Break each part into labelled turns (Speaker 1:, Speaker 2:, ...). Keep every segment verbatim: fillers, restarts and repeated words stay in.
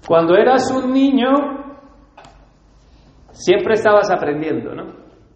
Speaker 1: Cuando eras un niño, siempre estabas aprendiendo, ¿no?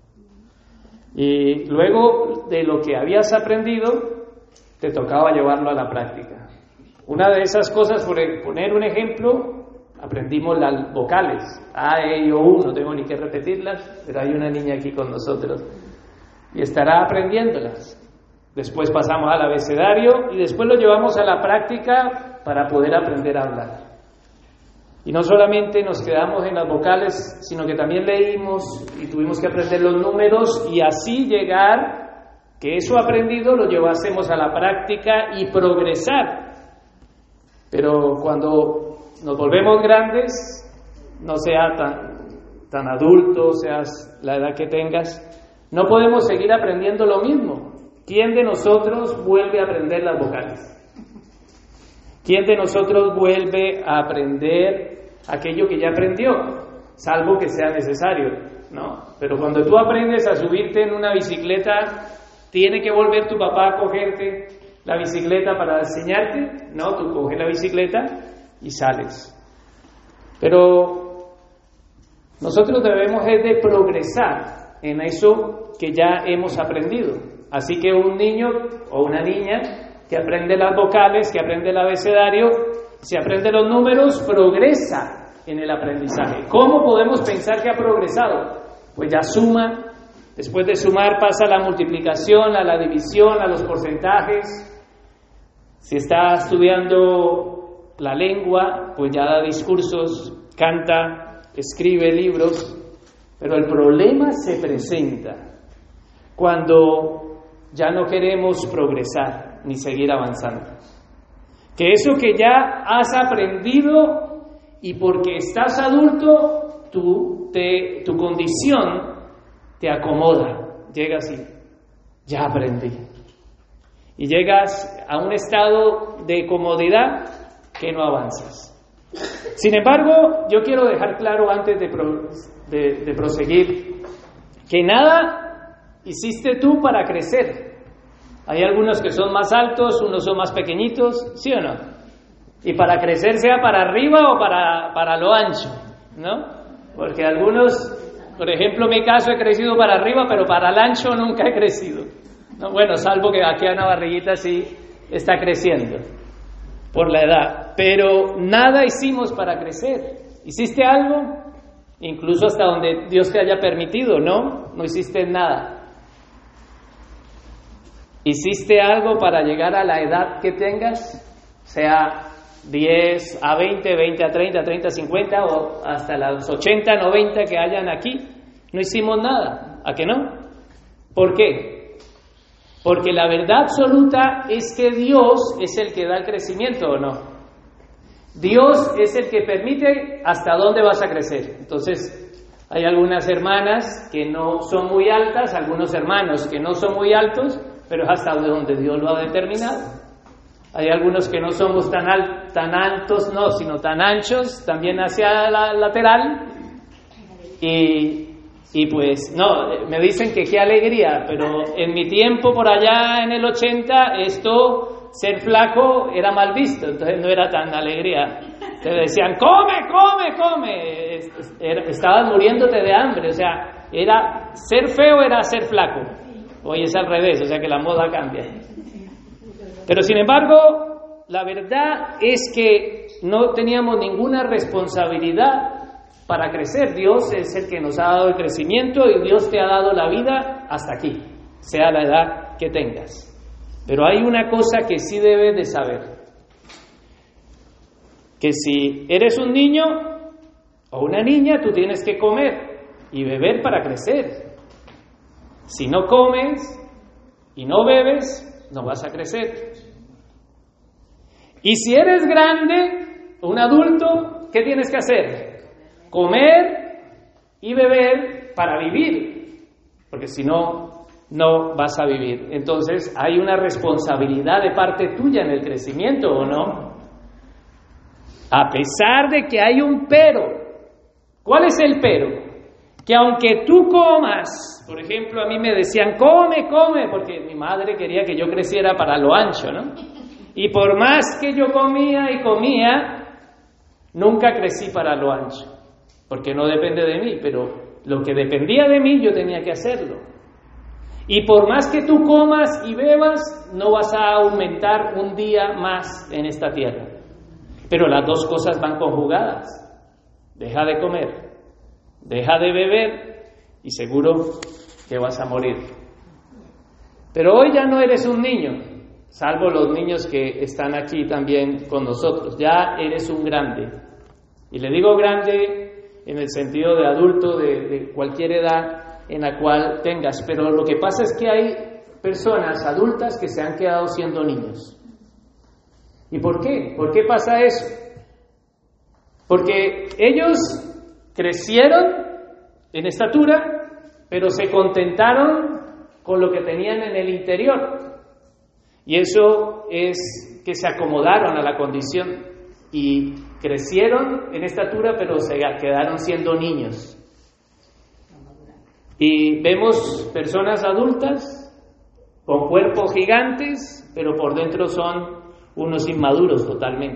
Speaker 1: Y luego de lo que habías aprendido, te tocaba llevarlo a la práctica. Una de esas cosas, por poner un ejemplo, aprendimos las vocales, A, E, I, O, U, no tengo ni que repetirlas, pero hay una niña aquí con nosotros y estará aprendiéndolas. Después pasamos al abecedario y después lo llevamos a la práctica para poder aprender a hablar. Y no solamente nos quedamos en las vocales, sino que también leímos y tuvimos que aprender los números y así llegar, que eso aprendido lo llevásemos a la práctica y progresar. Pero cuando nos volvemos grandes, no sea tan, tan adulto, seas la edad que tengas, no podemos seguir aprendiendo lo mismo. ¿Quién de nosotros vuelve a aprender las vocales? ¿Quién de nosotros vuelve a aprender aquello que ya aprendió? Salvo que sea necesario, ¿no? Pero cuando tú aprendes a subirte en una bicicleta, ¿tiene que volver tu papá a cogerte la bicicleta para enseñarte? No, tú coges la bicicleta y sales. Pero nosotros debemos de progresar en eso que ya hemos aprendido. Así que un niño o una niña que aprende las vocales, que aprende el abecedario, si aprende los números, progresa en el aprendizaje. ¿Cómo podemos pensar que ha progresado? Pues ya suma, después de sumar pasa a la multiplicación, a la división, a los porcentajes. Si está estudiando la lengua, pues ya da discursos, canta, escribe libros. Pero el problema se presenta cuando ya no queremos progresar ni seguir avanzando. Que eso que ya has aprendido y porque estás adulto, tu, te, tu condición te acomoda. Llegas y ya aprendí. Y llegas a un estado de comodidad que no avanzas. Sin embargo, yo quiero dejar claro antes de, pro, de, de proseguir que nada hiciste tú para crecer. Hay algunos que son más altos, unos son más pequeñitos, ¿sí o no? Y para crecer sea para arriba o para, para lo ancho, ¿no? Porque algunos, por ejemplo, en mi caso he crecido para arriba, pero para el ancho nunca he crecido, ¿no? Bueno, salvo que aquí a una barriguita sí está creciendo por la edad, pero nada hicimos para crecer. ¿Hiciste algo? Incluso hasta donde Dios te haya permitido, ¿no? No hiciste nada. ¿Hiciste algo para llegar a la edad que tengas? Sea diez a veinte, veinte a treinta, treinta a cincuenta o hasta las ochenta, noventa que hayan aquí. No hicimos nada. ¿A qué no? ¿Por qué? Porque la verdad absoluta es que Dios es el que da el crecimiento, ¿o no? Dios es el que permite hasta dónde vas a crecer. Entonces, hay algunas hermanas que no son muy altas, algunos hermanos que no son muy altos, pero es hasta donde Dios lo ha determinado. Hay algunos que no somos tan, al, tan altos, no, sino tan anchos, también hacia la lateral. Y, y pues, no, me dicen que qué alegría, pero en mi tiempo, por allá en el ochenta, esto, ser flaco era mal visto, entonces no era tan alegría. Te decían, come, come, come. Estabas muriéndote de hambre, o sea, era ser feo era ser flaco. Hoy es al revés, o sea que la moda cambia. Pero sin embargo, la verdad es que no teníamos ninguna responsabilidad para crecer. Dios es el que nos ha dado el crecimiento y Dios te ha dado la vida hasta aquí, sea la edad que tengas. Pero hay una cosa que sí debes de saber, que si eres un niño o una niña, tú tienes que comer y beber para crecer. Si no comes y no bebes, no vas a crecer. Y si eres grande, un adulto, ¿qué tienes que hacer? Comer y beber para vivir, porque si no, no vas a vivir. Entonces, hay una responsabilidad de parte tuya en el crecimiento, ¿o no? A pesar de que hay un pero. ¿Cuál es el pero? Que aunque tú comas, por ejemplo, a mí me decían, come, come, porque mi madre quería que yo creciera para lo ancho, ¿no? Y por más que yo comía y comía, Nunca crecí para lo ancho, porque no depende de mí, pero lo que dependía de mí yo tenía que hacerlo. Y por más que tú comas y bebas, no vas a aumentar un día más en esta tierra. Pero las dos cosas van conjugadas. Deja de comer, deja de beber y seguro que vas a morir. Pero hoy ya no eres un niño, salvo los niños que están aquí también con nosotros. Ya eres un grande. Y le digo grande en el sentido de adulto, de, de cualquier edad en la cual tengas. Pero lo que pasa es que hay personas adultas que se han quedado siendo niños. ¿Y por qué? ¿Por qué pasa eso? Porque ellos crecieron en estatura, pero se contentaron con lo que tenían en el interior. Y eso es que se acomodaron a la condición y crecieron en estatura, pero se quedaron siendo niños. Y vemos personas adultas con cuerpos gigantes, pero por dentro son unos inmaduros totalmente.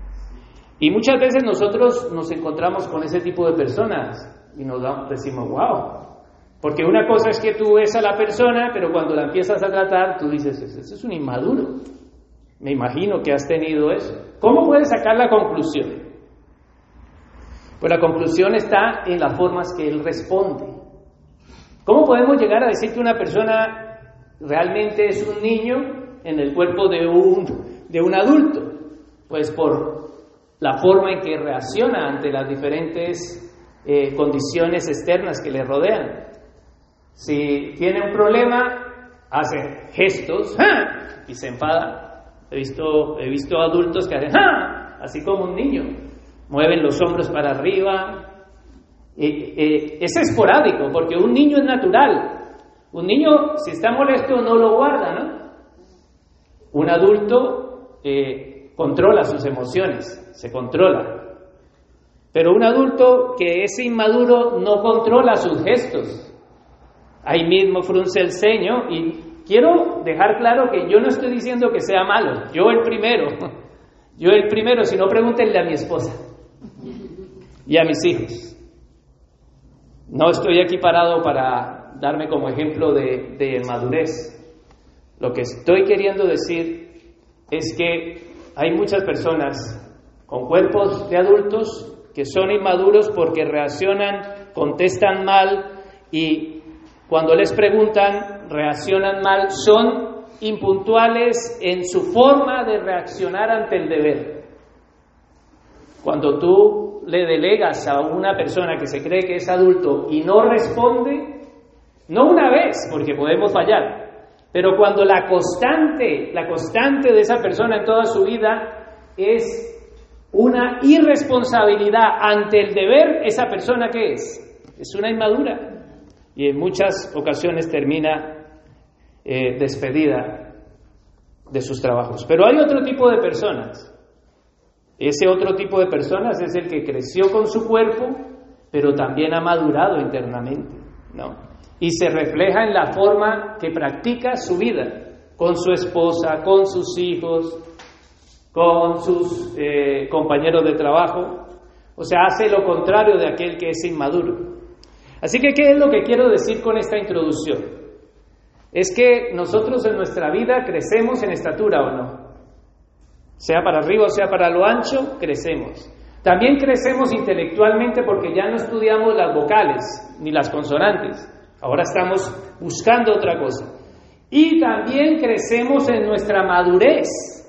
Speaker 1: Y muchas veces nosotros nos encontramos con ese tipo de personas y nos decimos, wow. Porque una cosa es que tú ves a la persona, pero cuando la empiezas a tratar, tú dices, ese es un inmaduro. Me imagino que has tenido eso. ¿Cómo puedes sacar la conclusión? Pues la conclusión está en las formas que él responde. ¿Cómo podemos llegar a decir que una persona realmente es un niño en el cuerpo de un, de un adulto? Pues por la forma en que reacciona ante las diferentes eh, condiciones externas que le rodean. Si tiene un problema, hace gestos ¡ah! Y se enfada. He visto, he visto adultos que hacen ¡ah! Así como un niño. Mueven los hombros para arriba. Eh, eh, es esporádico, porque un niño es natural. Un niño, si está molesto, no lo guarda, ¿no? Un adulto eh, controla sus emociones, se controla. Pero un adulto que es inmaduro no controla sus gestos. Ahí mismo frunce el ceño y quiero dejar claro que yo no estoy diciendo que sea malo. Yo el primero. Yo el primero, si no pregúntenle a mi esposa y a mis hijos. No estoy aquí parado para darme como ejemplo de, de madurez. Lo que estoy queriendo decir es que hay muchas personas con cuerpos de adultos que son inmaduros porque reaccionan, contestan mal y cuando les preguntan reaccionan mal, son impuntuales en su forma de reaccionar ante el deber. Cuando tú le delegas a una persona que se cree que es adulto y no responde, no una vez, porque podemos fallar, pero cuando la constante, la constante de esa persona en toda su vida es una irresponsabilidad ante el deber, esa persona ¿qué es? Es una inmadura y en muchas ocasiones termina eh, despedida de sus trabajos. Pero hay otro tipo de personas. Ese otro tipo de personas es el que creció con su cuerpo, pero también ha madurado internamente, ¿no? Y se refleja en la forma que practica su vida, con su esposa, con sus hijos, con sus eh, compañeros de trabajo. O sea, hace lo contrario de aquel que es inmaduro. Así que, ¿qué es lo que quiero decir con esta introducción? Es que nosotros en nuestra vida crecemos en estatura, ¿o no? Sea para arriba o sea para lo ancho, crecemos. También crecemos intelectualmente porque ya no estudiamos las vocales ni las consonantes. Ahora estamos buscando otra cosa. Y también crecemos en nuestra madurez.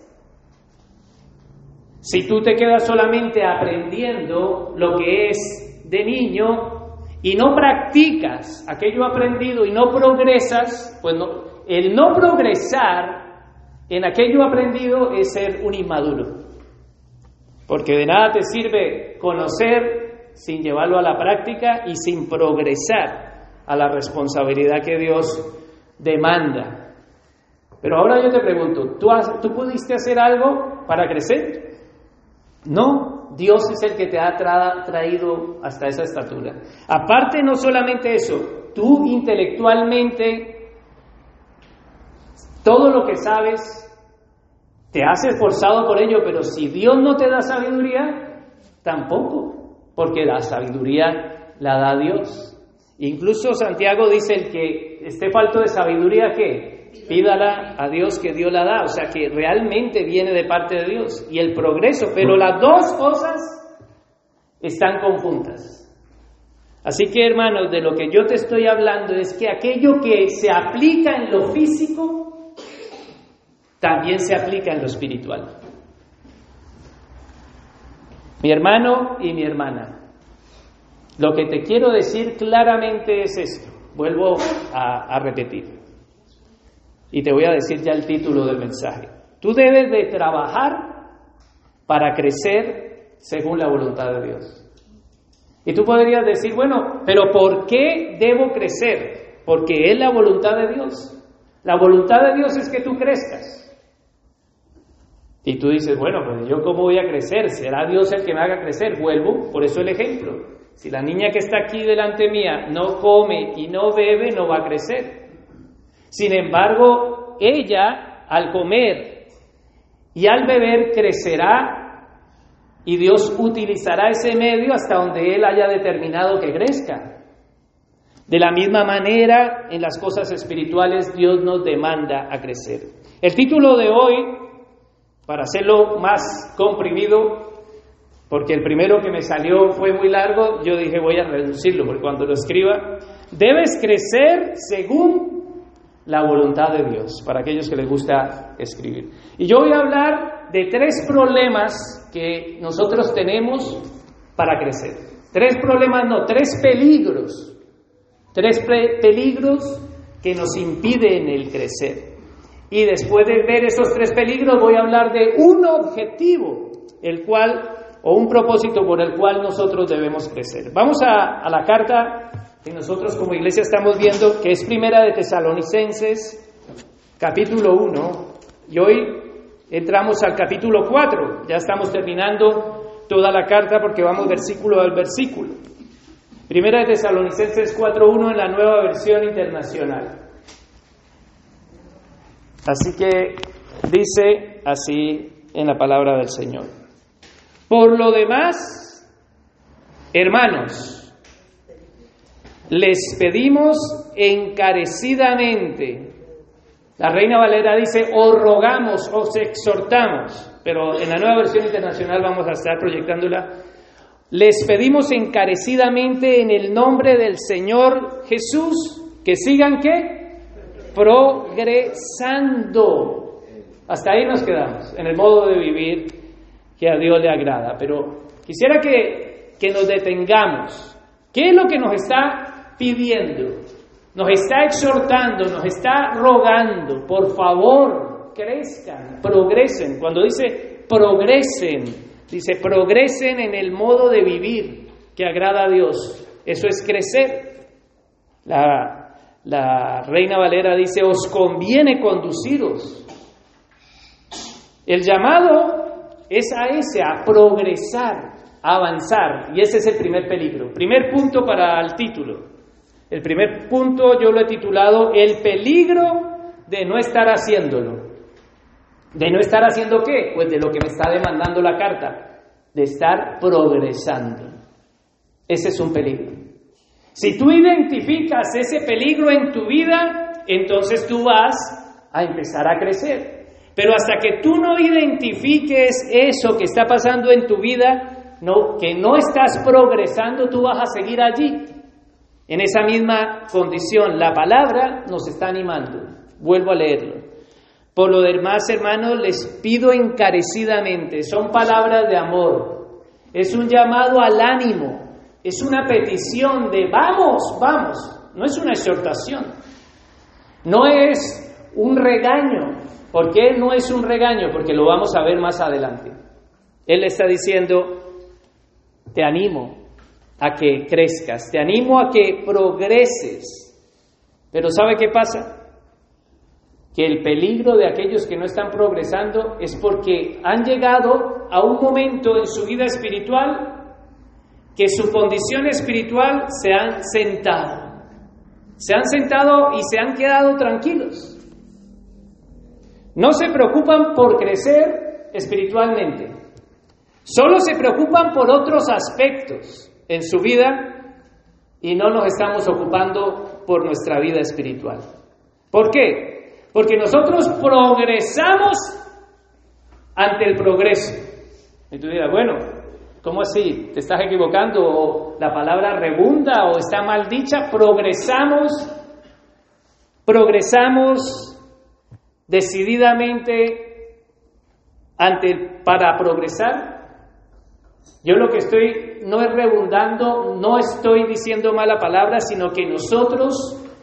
Speaker 1: Si tú te quedas solamente aprendiendo lo que es de niño y no practicas aquello aprendido y no progresas, pues no, el no progresar en aquello aprendido es ser un inmaduro. Porque de nada te sirve conocer sin llevarlo a la práctica y sin progresar a la responsabilidad que Dios demanda. Pero ahora yo te pregunto, ¿tú, has, ¿tú pudiste hacer algo para crecer? No, Dios es el que te ha tra- traído hasta esa estatura. Aparte, no solamente eso, tú intelectualmente, todo lo que sabes, te has esforzado por ello, pero si Dios no te da sabiduría, Tampoco, porque la sabiduría la da Dios. Incluso Santiago dice: el que esté falto de sabiduría, ¿qué? Pídala a Dios, que Dios la da. O sea, que realmente viene de parte de Dios. Y el progreso, pero las dos cosas están conjuntas. Así que, hermanos, de lo que yo te estoy hablando es que aquello que se aplica en lo físico también se aplica en lo espiritual. Mi hermano y mi hermana, lo que te quiero decir claramente es esto. Vuelvo a, a repetir. Y te voy a decir ya el título del mensaje. Tú debes de trabajar para crecer según la voluntad de Dios. Y tú podrías decir: bueno, pero ¿por qué debo crecer? Porque es la voluntad de Dios. La voluntad de Dios es que tú crezcas. Y tú dices: bueno, pues yo ¿cómo voy a crecer? ¿Será Dios el que me haga crecer? Vuelvo, por eso el ejemplo. Si la niña que está aquí delante mía no come y no bebe, no va a crecer. Sin embargo, ella al comer y al beber crecerá, y Dios utilizará ese medio hasta donde Él haya determinado que crezca. De la misma manera, en las cosas espirituales, Dios nos demanda a crecer. El título de hoy, para hacerlo más comprimido, porque el primero que me salió fue muy largo, yo dije voy a reducirlo, porque cuando lo escriba, debes crecer según la voluntad de Dios, para aquellos que les gusta escribir. Y yo voy a hablar de tres problemas que nosotros tenemos para crecer. Tres problemas, no, tres peligros. Tres pe- peligros que nos impiden el crecer. Y después de ver esos tres peligros voy a hablar de un objetivo, el cual, o un propósito por el cual nosotros debemos crecer. Vamos a, a la carta que nosotros como iglesia estamos viendo, que es Primera de Tesalonicenses, capítulo uno, y hoy entramos al capítulo cuatro, ya estamos terminando toda la carta porque vamos versículo al versículo. Primera de Tesalonicenses cuatro uno en la Nueva Versión Internacional. Así que dice así en la palabra del Señor: por lo demás, hermanos, les pedimos encarecidamente. La Reina Valera dice: os rogamos, os exhortamos, pero en la Nueva Versión Internacional vamos a estar proyectándola. Les pedimos encarecidamente en el nombre del Señor Jesús, que sigan ¿qué? Progresando. Hasta ahí nos quedamos, en el modo de vivir que a Dios le agrada. Pero quisiera que, que nos detengamos. ¿Qué es lo que nos está pidiendo? Nos está exhortando, nos está rogando: por favor, crezcan, progresen. Cuando dice progresen, dice progresen en el modo de vivir que agrada a Dios. Eso es crecer. La, la Reina Valera dice: os conviene conduciros. El llamado es a ese, a progresar, a avanzar. Y ese es el primer peligro. Primer punto para el título. El primer punto yo lo he titulado: el peligro de no estar haciéndolo. ¿De no estar haciendo qué? Pues de lo que me está demandando la carta, de estar progresando. Ese es un peligro. Si tú identificas ese peligro en tu vida, entonces tú vas a empezar a crecer. Pero hasta que tú no identifiques eso que está pasando en tu vida, no, que no estás progresando, tú vas a seguir allí, en esa misma condición. La palabra nos está animando. Vuelvo a leerlo. Por lo demás, hermanos, les pido encarecidamente. Son palabras de amor. Es un llamado al ánimo. Es una petición de vamos, vamos. No es una exhortación. No es un regaño. ¿Por qué no es un regaño? Porque lo vamos a ver más adelante. Él le está diciendo: te animo a que crezcas, te animo a que progreses. Pero ¿sabe qué pasa? Que el peligro de aquellos que no están progresando es porque han llegado a un momento en su vida espiritual que su condición espiritual se han sentado. Se han sentado y se han quedado tranquilos. No se preocupan por crecer espiritualmente. Solo se preocupan por otros aspectos en su vida y no nos estamos ocupando por nuestra vida espiritual. ¿Por qué? Porque nosotros progresamos ante el progreso. Y tú dirás, bueno, ¿cómo así? ¿Te estás equivocando? ¿O la palabra rebunda o está mal dicha? Progresamos, progresamos decididamente ante, para progresar. Yo lo que estoy, no es redundando, no estoy diciendo mala palabra, sino que nosotros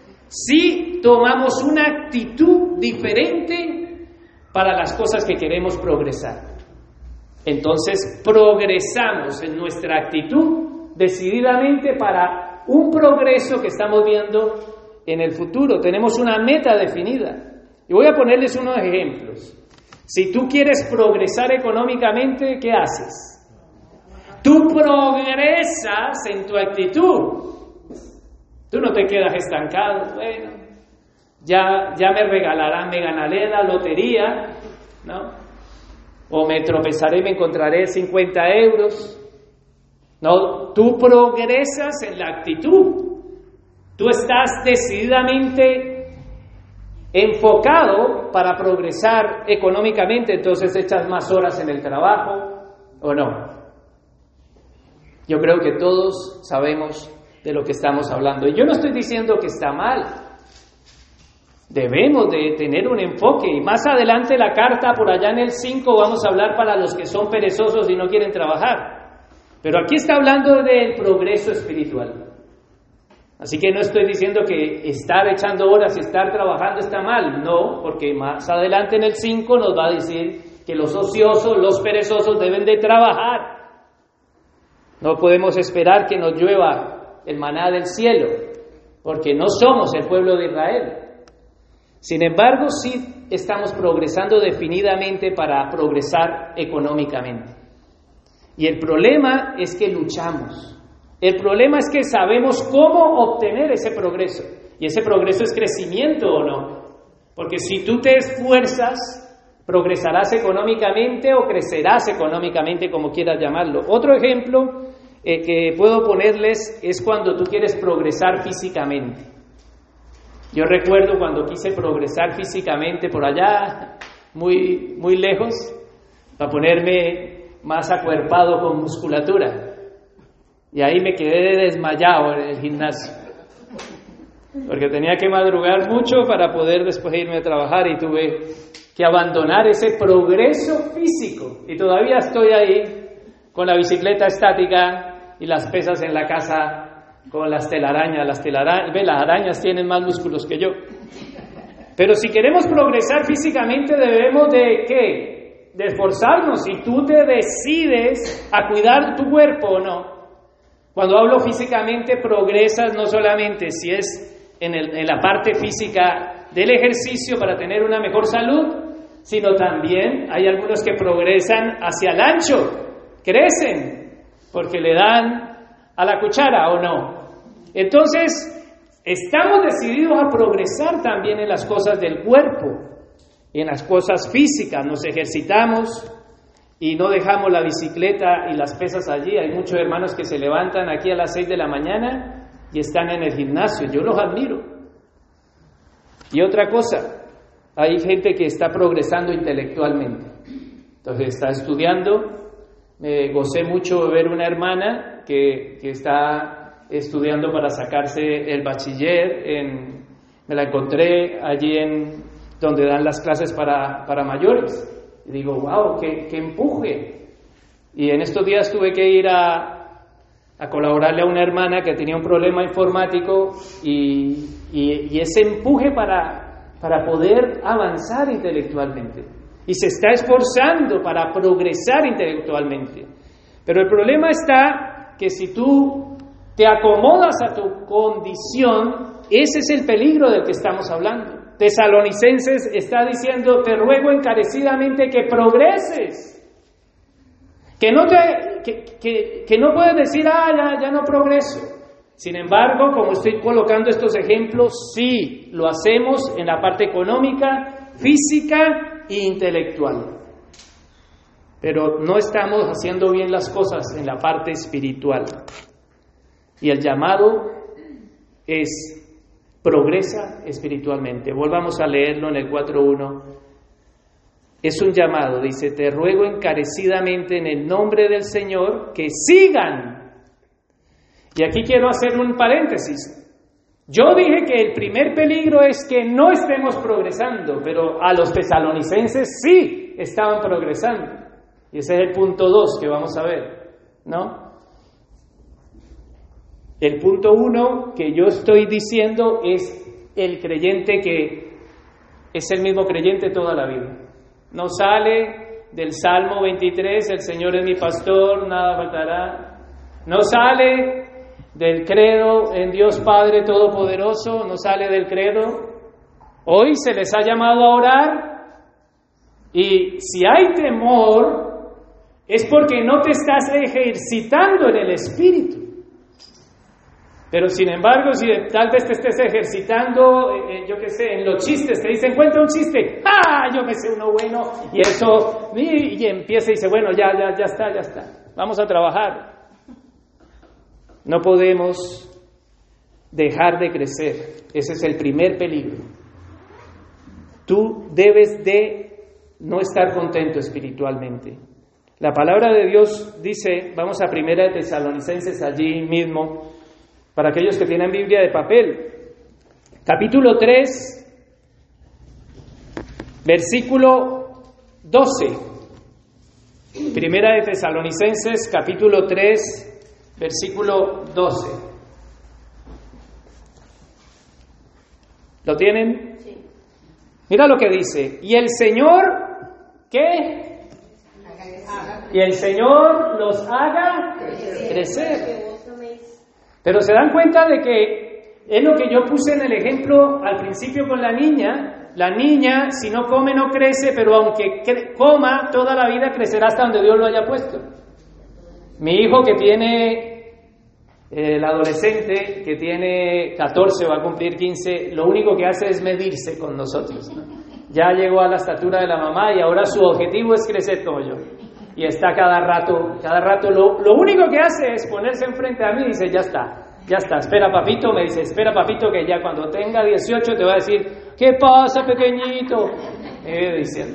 Speaker 1: sí tomamos una actitud diferente para las cosas que queremos progresar. Entonces, progresamos en nuestra actitud decididamente para un progreso que estamos viendo en el futuro. Tenemos una meta definida. Y voy a ponerles unos ejemplos. Si tú quieres progresar económicamente, ¿qué haces? Tú progresas en tu actitud. Tú no te quedas estancado. Bueno, ya, ya me regalarán, me ganaré la lotería, ¿no? O me tropezaré y me encontraré cincuenta euros. No, tú progresas en la actitud. Tú estás decididamente enfocado para progresar económicamente, entonces echas más horas en el trabajo, ¿o no? Yo creo que todos sabemos de lo que estamos hablando. Y yo no estoy diciendo que está mal. Debemos de tener un enfoque. Y más adelante la carta, por allá en el cinco, vamos a hablar para los que son perezosos y no quieren trabajar. Pero aquí está hablando del progreso espiritual. Así que no estoy diciendo que estar echando horas y estar trabajando está mal. No, porque más adelante en el cinco nos va a decir que los ociosos, los perezosos deben de trabajar. No podemos esperar que nos llueva el maná del cielo, porque no somos el pueblo de Israel. Sin embargo, sí estamos progresando definidamente para progresar económicamente. Y el problema es que luchamos. El problema es que sabemos cómo obtener ese progreso. Y ese progreso es crecimiento o no. Porque si tú te esfuerzas, progresarás económicamente o crecerás económicamente, como quieras llamarlo. Otro ejemplo eh, que puedo ponerles es cuando tú quieres progresar físicamente. Yo recuerdo cuando quise progresar físicamente por allá, muy, muy lejos, para ponerme más acuerpado con musculatura. Y ahí me quedé desmayado en el gimnasio, porque tenía que madrugar mucho para poder después irme a trabajar y tuve que abandonar ese progreso físico. Y todavía estoy ahí con la bicicleta estática y las pesas en la casa con las telarañas. Las telarañas, ve, las arañas tienen más músculos que yo. Pero si queremos progresar físicamente debemos de ¿qué? De esforzarnos. Si tú te decides a cuidar tu cuerpo o no. Cuando hablo físicamente, progresas no solamente si es en, el, en la parte física del ejercicio para tener una mejor salud, sino también hay algunos que progresan hacia el ancho, crecen, porque le dan a la cuchara o no. Entonces, estamos decididos a progresar también en las cosas del cuerpo, en las cosas físicas, nos ejercitamos y no dejamos la bicicleta y las pesas allí. Hay muchos hermanos que se levantan aquí a las seis de la mañana y están en el gimnasio, yo los admiro. Y otra cosa, hay gente que está progresando intelectualmente, entonces está estudiando. Me gocé mucho ver una hermana que, que está estudiando para sacarse el bachiller, en, me la encontré allí en donde dan las clases para, para mayores. Y digo, wow, qué, qué empuje. Y en estos días tuve que ir a, a colaborarle a una hermana que tenía un problema informático y, y, y ese empuje para, para poder avanzar intelectualmente. Y se está esforzando para progresar intelectualmente. Pero el problema está que si tú te acomodas a tu condición, ese es el peligro del que estamos hablando. Tesalonicenses está diciendo, te ruego encarecidamente que progreses. Que no, te, que, que, que no puedes decir, ah, ya, ya no progreso. Sin embargo, como estoy colocando estos ejemplos, sí, lo hacemos en la parte económica, física e intelectual. pero no estamos haciendo bien las cosas en la parte espiritual. Y el llamado es progresa espiritualmente. Volvamos a leerlo en el cuatro uno. Es un llamado, dice, te ruego encarecidamente en el nombre del Señor que sigan. Y aquí quiero hacer un paréntesis. Yo dije que el primer peligro es que no estemos progresando, pero a los tesalonicenses sí estaban progresando. Y ese es el punto dos que vamos a ver, ¿no? El punto uno que yo estoy diciendo es el creyente que es el mismo creyente toda la vida. No sale del Salmo veintitrés, el Señor es mi pastor, nada faltará. No sale del credo en Dios Padre Todopoderoso, no sale del credo. Hoy se les ha llamado a orar y si hay temor es porque no te estás ejercitando en el Espíritu. Pero sin embargo, si tal vez te estés ejercitando, eh, yo qué sé, en los chistes, te dicen, cuenta un chiste, ¡ah! Yo me sé uno bueno, y eso, y, y empieza y dice, bueno, ya, ya, ya está, ya está, vamos a trabajar. No podemos dejar de crecer, ese es el primer peligro. Tú debes de no estar contento espiritualmente. La palabra de Dios dice, vamos a Primera de Tesalonicenses allí mismo, para aquellos que tienen Biblia de papel, capítulo tres, versículo doce. Primera de Tesalonicenses, capítulo tres, versículo doce. ¿Lo tienen? Sí. Mira lo que dice. Y el Señor, ¿qué? Y el Señor los haga crecer. Pero se dan cuenta de que es lo que yo puse en el ejemplo al principio con la niña. La niña, si no come, no crece, pero aunque cre- coma, toda la vida crecerá hasta donde Dios lo haya puesto. Mi hijo que tiene, eh, el adolescente que tiene catorce, va a cumplir quince, lo único que hace es medirse con nosotros, ¿no? Ya llegó a la estatura de la mamá y ahora su objetivo es crecer como yo. Y está cada rato, cada rato, lo, lo único que hace es ponerse enfrente a mí y dice, ya está, ya está, espera papito, me dice, espera papito que ya cuando tenga dieciocho te va a decir, ¿qué pasa pequeñito? Me diciendo.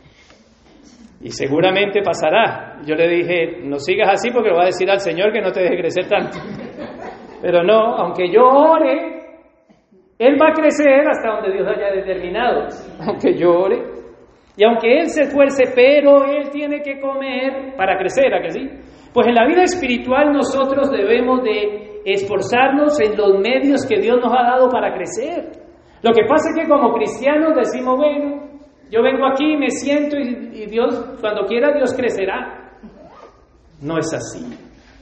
Speaker 1: Y seguramente pasará. Yo le dije, no sigas así porque le va a decir al Señor que no te deje crecer tanto. Pero no, aunque yo ore, Él va a crecer hasta donde Dios haya determinado. Aunque yo ore. Y aunque Él se esfuerce, pero Él tiene que comer para crecer, ¿a que sí? Pues en la vida espiritual nosotros debemos de esforzarnos en los medios que Dios nos ha dado para crecer. Lo que pasa es que como cristianos decimos, bueno, yo vengo aquí, me siento y, y Dios, cuando quiera, Dios crecerá. No es así.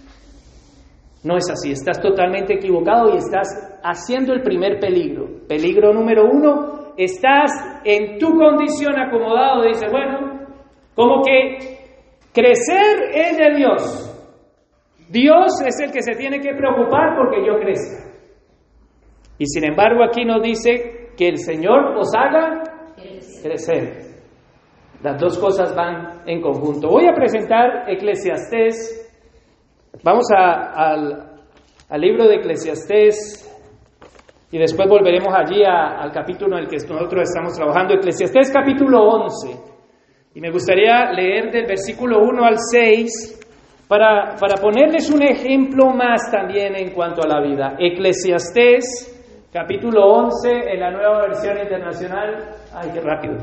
Speaker 1: No es así, estás totalmente equivocado y estás haciendo el primer peligro. Peligro número uno, estás en tu condición acomodado, dice, bueno, como que crecer es de Dios. Dios es el que se tiene que preocupar porque yo crezca. Y sin embargo aquí nos dice que el Señor os haga crecer. Las dos cosas van en conjunto. Voy a presentar Eclesiastés. Vamos a, al, al libro de Eclesiastés y después volveremos allí a, al capítulo en el que nosotros estamos trabajando. Eclesiastés capítulo once. Y me gustaría leer del versículo uno al seis para, para ponerles un ejemplo más también en cuanto a la vida. Eclesiastés capítulo once en la Nueva Versión Internacional. Ay, qué rápido.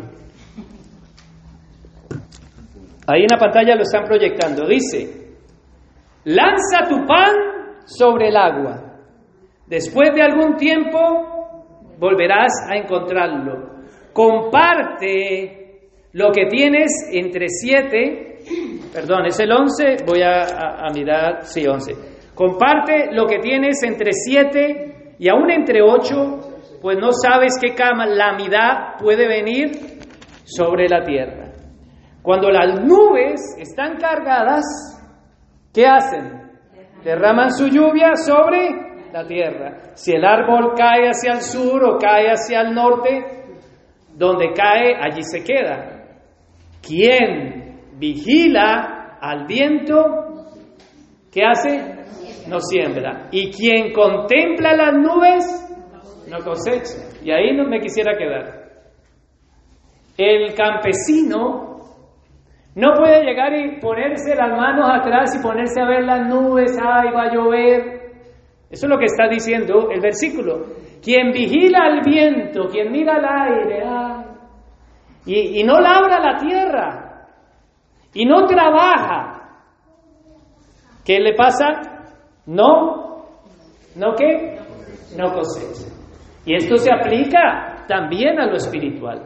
Speaker 1: Ahí en la pantalla lo están proyectando. Dice: lanza tu pan sobre el agua. Después de algún tiempo volverás a encontrarlo. Comparte lo que tienes entre siete. Perdón, es el once. Voy a, a, a mirar. Sí, once. Comparte lo que tienes entre siete y aún entre ocho, pues no sabes qué calamidad puede venir sobre la tierra. Cuando las nubes están cargadas, ¿qué hacen? Derraman su lluvia sobre la tierra. Si el árbol cae hacia el sur o cae hacia el norte, donde cae, allí se queda. ¿Quién vigila al viento, ¿qué hace? No siembra. Y quien contempla las nubes, no cosecha. Y ahí no me quisiera quedar. El campesino no puede llegar y ponerse las manos atrás y ponerse a ver las nubes, ¡ay, va a llover! Eso es lo que está diciendo el versículo. Quien vigila al viento, quien mira al aire, ¡ay! Y, y no labra la tierra, y no trabaja, ¿qué le pasa? No, ¿no qué? No cosecha. Y esto se aplica también a lo espiritual.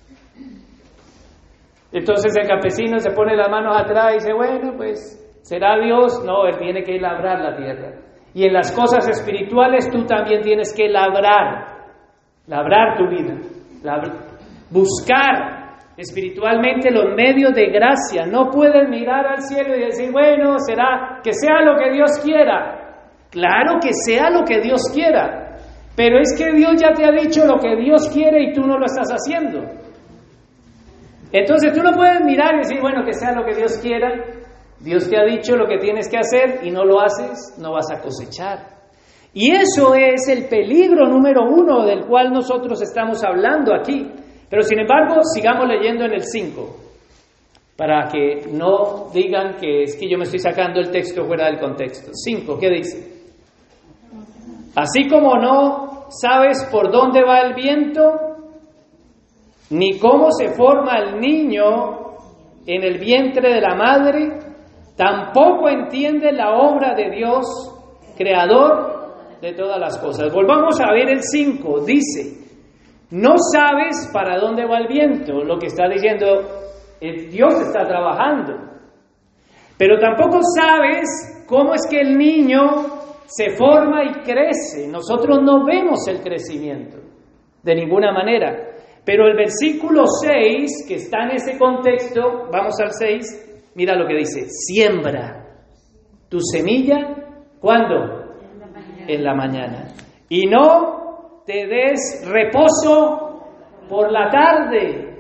Speaker 1: Entonces el campesino se pone las manos atrás y dice, bueno, pues, ¿será Dios? No, él tiene que labrar la tierra. Y en las cosas espirituales tú también tienes que labrar, labrar tu vida, labrar, buscar espiritualmente los medios de gracia. No puedes mirar al cielo y decir, bueno, será que sea lo que Dios quiera. Claro que sea lo que Dios quiera, pero es que Dios ya te ha dicho lo que Dios quiere y tú no lo estás haciendo. Entonces tú no puedes mirar y decir, bueno, que sea lo que Dios quiera. Dios te ha dicho lo que tienes que hacer y no lo haces, no vas a cosechar. Y eso es el peligro número uno del cual nosotros estamos hablando aquí. Pero sin embargo, sigamos leyendo en el cinco, para que no digan que es que yo me estoy sacando el texto fuera del contexto. cinco, ¿qué dice? Así como no sabes por dónde va el viento, ni cómo se forma el niño en el vientre de la madre, tampoco entiendes la obra de Dios, creador de todas las cosas. Volvamos a ver el cinco, dice, no sabes para dónde va el viento. Lo que está diciendo es Dios está trabajando, pero tampoco sabes cómo es que el niño se forma y crece. Nosotros no vemos el crecimiento de ninguna manera. Pero el versículo seis, que está en ese contexto, vamos al seis, mira lo que dice, siembra tu semilla, ¿cuándo? En la mañana. En la mañana. Y no te des reposo por la tarde,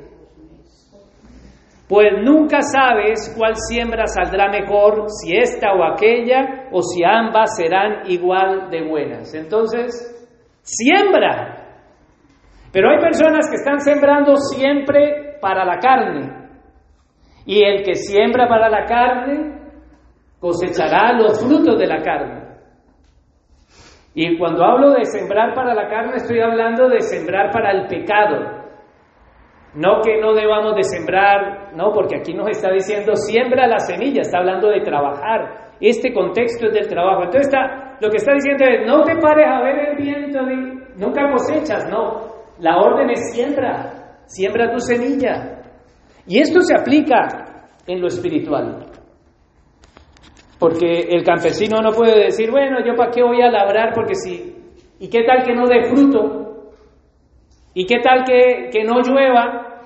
Speaker 1: pues nunca sabes cuál siembra saldrá mejor, si esta o aquella, o si ambas serán igual de buenas. Entonces, siembra. Pero hay personas que están sembrando siempre para la carne. Y el que siembra para la carne cosechará los frutos de la carne. Y cuando hablo de sembrar para la carne, estoy hablando de sembrar para el pecado. No que no debamos de sembrar, no, porque aquí nos está diciendo siembra la semilla, está hablando de trabajar. Este contexto es del trabajo. Entonces está, lo que está diciendo es, no te pares a ver el viento, y nunca cosechas, no. La orden es siembra, siembra tu semilla. Y esto se aplica en lo espiritual. Porque el campesino no puede decir, bueno, ¿yo para qué voy a labrar? Porque si, ¿y qué tal que no dé fruto? ¿Y qué tal que, que no llueva?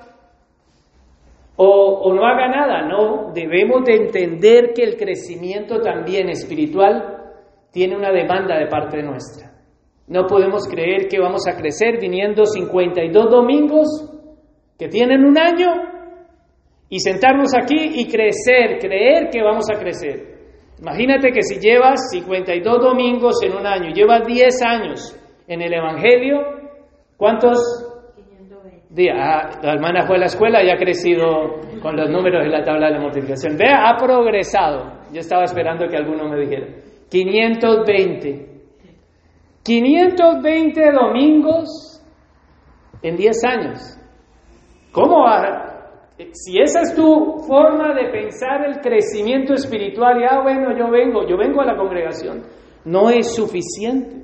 Speaker 1: O, o no haga nada. No, debemos de entender que el crecimiento también espiritual tiene una demanda de parte nuestra. No podemos creer que vamos a crecer viniendo cincuenta y dos domingos que tienen un año y sentarnos aquí y crecer, creer que vamos a crecer. Imagínate que si llevas cincuenta y dos domingos en un año, llevas diez años en el Evangelio, ¿cuántos días? Ah, la hermana fue a la escuela y ha crecido con los números en la tabla de la multiplicación. Vea, ha progresado. Yo estaba esperando que alguno me dijera. quinientos veinte. quinientos veinte domingos en diez años. ¿Cómo va? Si esa es tu forma de pensar el crecimiento espiritual, y ah, bueno, yo vengo, yo vengo a la congregación, no es suficiente.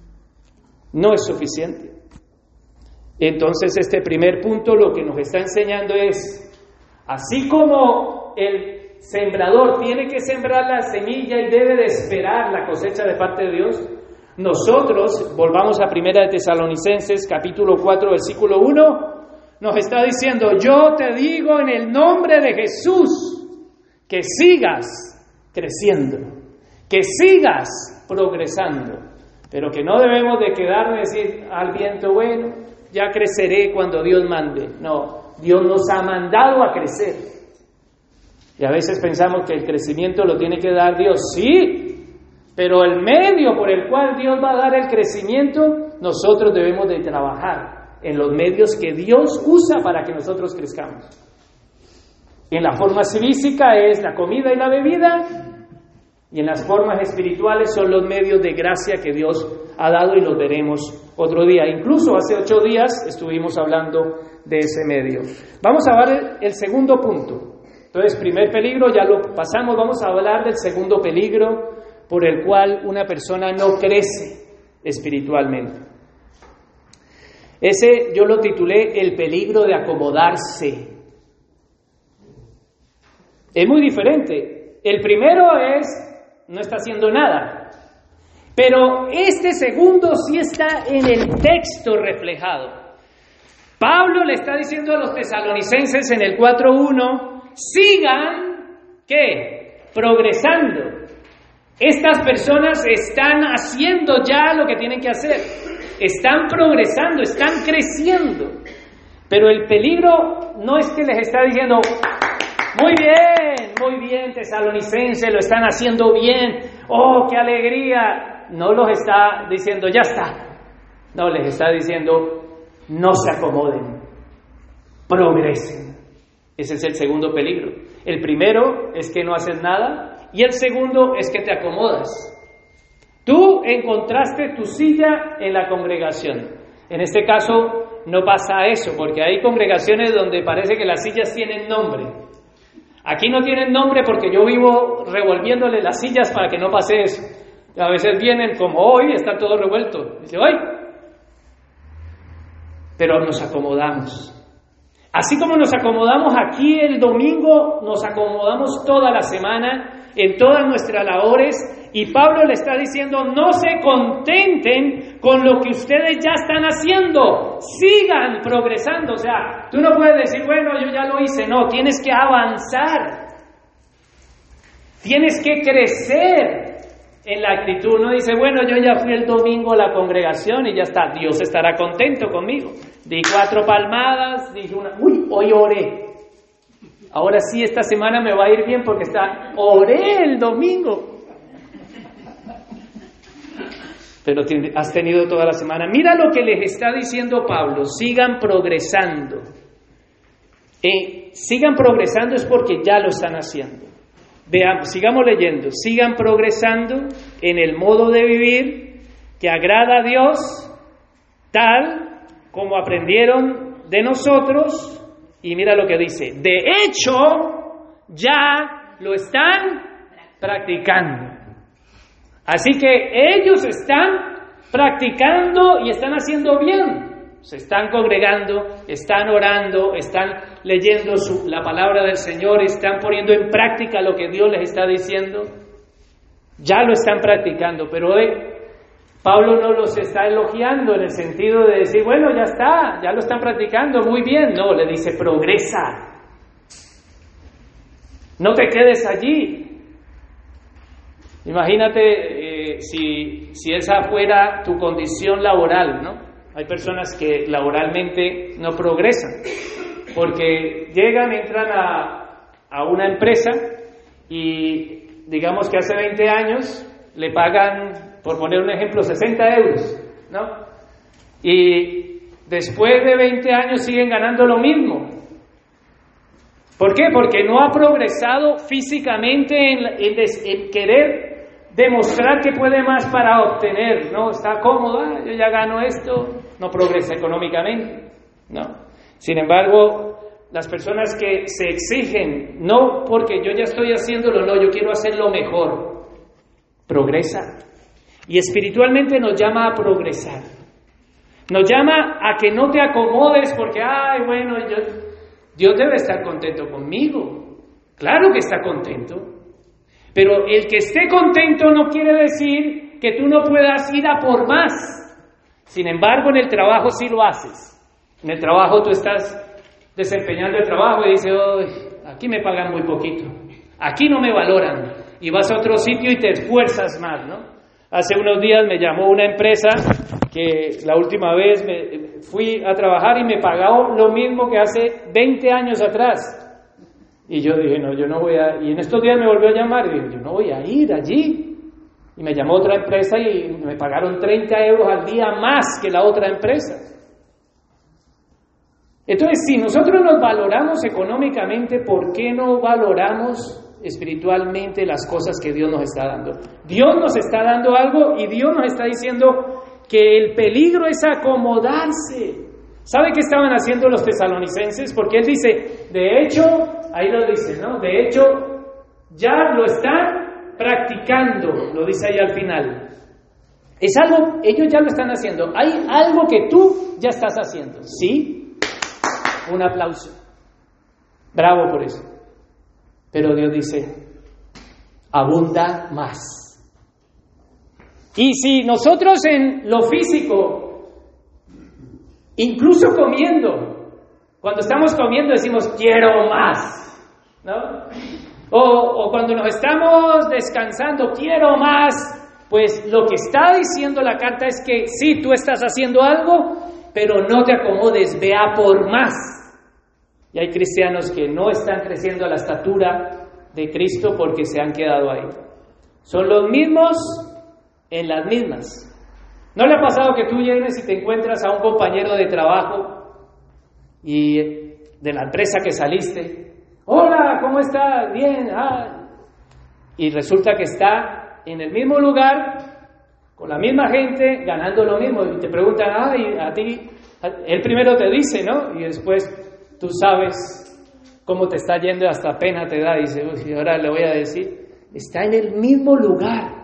Speaker 1: No es suficiente. Entonces, este primer punto lo que nos está enseñando es, así como el sembrador tiene que sembrar la semilla y debe de esperar la cosecha de parte de Dios, nosotros, volvamos a Primera de Tesalonicenses, capítulo cuatro, versículo uno, nos está diciendo, yo te digo en el nombre de Jesús, que sigas creciendo, que sigas progresando, pero que no debemos de quedarnos y decir al viento, bueno, ya creceré cuando Dios mande. No, Dios nos ha mandado a crecer. Y a veces pensamos que el crecimiento lo tiene que dar Dios. Sí, pero el medio por el cual Dios va a dar el crecimiento, nosotros debemos de trabajar en los medios que Dios usa para que nosotros crezcamos. En la forma física es la comida y la bebida, y en las formas espirituales son los medios de gracia que Dios ha dado, y los veremos otro día. Incluso hace ocho días estuvimos hablando de ese medio. Vamos a ver el, el segundo punto. Entonces, primer peligro, ya lo pasamos, vamos a hablar del segundo peligro por el cual una persona no crece espiritualmente. Ese yo lo titulé el peligro de acomodarse. Es muy diferente. El primero es, no está haciendo nada. Pero este segundo sí está en el texto reflejado. Pablo le está diciendo a los tesalonicenses en el cuatro uno, sigan, ¿qué? Progresando. Estas personas están haciendo ya lo que tienen que hacer. Están progresando, están creciendo. Pero el peligro no es que les está diciendo, muy bien, muy bien, tesalonicenses, lo están haciendo bien. Oh, qué alegría. No los está diciendo, ya está. No, les está diciendo, no se acomoden, progresen. Ese es el segundo peligro. El primero es que no haces nada, y el segundo es que te acomodas. Tú encontraste tu silla en la congregación. En este caso no pasa eso, porque hay congregaciones donde parece que las sillas tienen nombre. Aquí no tienen nombre porque yo vivo revolviéndole las sillas para que no pase eso. A veces vienen como hoy, está todo revuelto. Dice, ¡ay! Pero nos acomodamos. Así como nos acomodamos aquí el domingo, nos acomodamos toda la semana, en todas nuestras labores, y Pablo le está diciendo, no se contenten con lo que ustedes ya están haciendo, sigan progresando. O sea, tú no puedes decir, bueno, yo ya lo hice. No, tienes que avanzar, tienes que crecer en la actitud. No dice, bueno, yo ya fui el domingo a la congregación y ya está, Dios estará contento conmigo. Di cuatro palmadas, dije una, uy, hoy oré. Ahora sí, esta semana me va a ir bien porque está, oré el domingo. Pero has tenido toda la semana. Mira lo que les está diciendo Pablo, sigan progresando. Eh, sigan progresando es porque ya lo están haciendo. Veamos, sigamos leyendo. Sigan progresando en el modo de vivir que agrada a Dios, tal como aprendieron de nosotros. Y mira lo que dice. De hecho, ya lo están practicando. Así que ellos están practicando y están haciendo bien. Se están congregando, están orando, están leyendo su, la palabra del Señor, están poniendo en práctica lo que Dios les está diciendo. Ya lo están practicando, pero hoy Pablo no los está elogiando en el sentido de decir, bueno, ya está, ya lo están practicando, muy bien. No, le dice, progresa. No te quedes allí. Imagínate eh, si, si esa fuera tu condición laboral, ¿no? Hay personas que laboralmente no progresan, porque llegan, entran a, a una empresa y digamos que hace veinte años le pagan, por poner un ejemplo, sesenta euros, ¿no? Y después de veinte años siguen ganando lo mismo. ¿Por qué? Porque no ha progresado físicamente en, en, en querer demostrar que puede más para obtener, ¿no? Está cómoda, yo ya gano esto, no progresa económicamente, ¿no? Sin embargo, las personas que se exigen, no porque yo ya estoy haciéndolo, no, yo quiero hacerlo mejor, progresa. Y espiritualmente nos llama a progresar. Nos llama a que no te acomodes porque, ay, bueno, yo, Dios debe estar contento conmigo. Claro que está contento. Pero el que esté contento no quiere decir que tú no puedas ir a por más. Sin embargo, en el trabajo sí lo haces. En el trabajo tú estás desempeñando el trabajo y dices, oh, aquí me pagan muy poquito, aquí no me valoran. Y vas a otro sitio y te esfuerzas más, ¿no? Hace unos días me llamó una empresa que la última vez me fui a trabajar y me pagó lo mismo que hace veinte años atrás. Y yo dije, no, yo no voy a... Y en estos días me volvió a llamar y dije, yo no voy a ir allí. Y me llamó otra empresa y me pagaron treinta euros al día más que la otra empresa. Entonces, si nosotros nos valoramos económicamente, ¿por qué no valoramos espiritualmente las cosas que Dios nos está dando? Dios nos está dando algo y Dios nos está diciendo que el peligro es acomodarse. ¿Sabe qué estaban haciendo los tesalonicenses? Porque él dice, de hecho, ahí lo dice, ¿no? De hecho, ya lo están practicando, lo dice ahí al final. Es algo, ellos ya lo están haciendo. Hay algo que tú ya estás haciendo, ¿sí? Un aplauso. Bravo por eso. Pero Dios dice, abunda más. Y si nosotros en lo físico, incluso comiendo, cuando estamos comiendo decimos, quiero más, ¿no? O, o cuando nos estamos descansando, quiero más, pues lo que está diciendo la carta es que sí, tú estás haciendo algo, pero no te acomodes, ve a por más. Y hay cristianos que no están creciendo a la estatura de Cristo porque se han quedado ahí. Son los mismos en las mismas. ¿No le ha pasado que tú llegues y te encuentras a un compañero de trabajo y de la empresa que saliste? Hola, ¿cómo estás? Bien. Ah. Y resulta que está en el mismo lugar, con la misma gente, ganando lo mismo. Y te preguntan, ay, a ti, él primero te dice, ¿no? Y después tú sabes cómo te está yendo y hasta pena te da. Y dice, uy, ahora le voy a decir, está en el mismo lugar.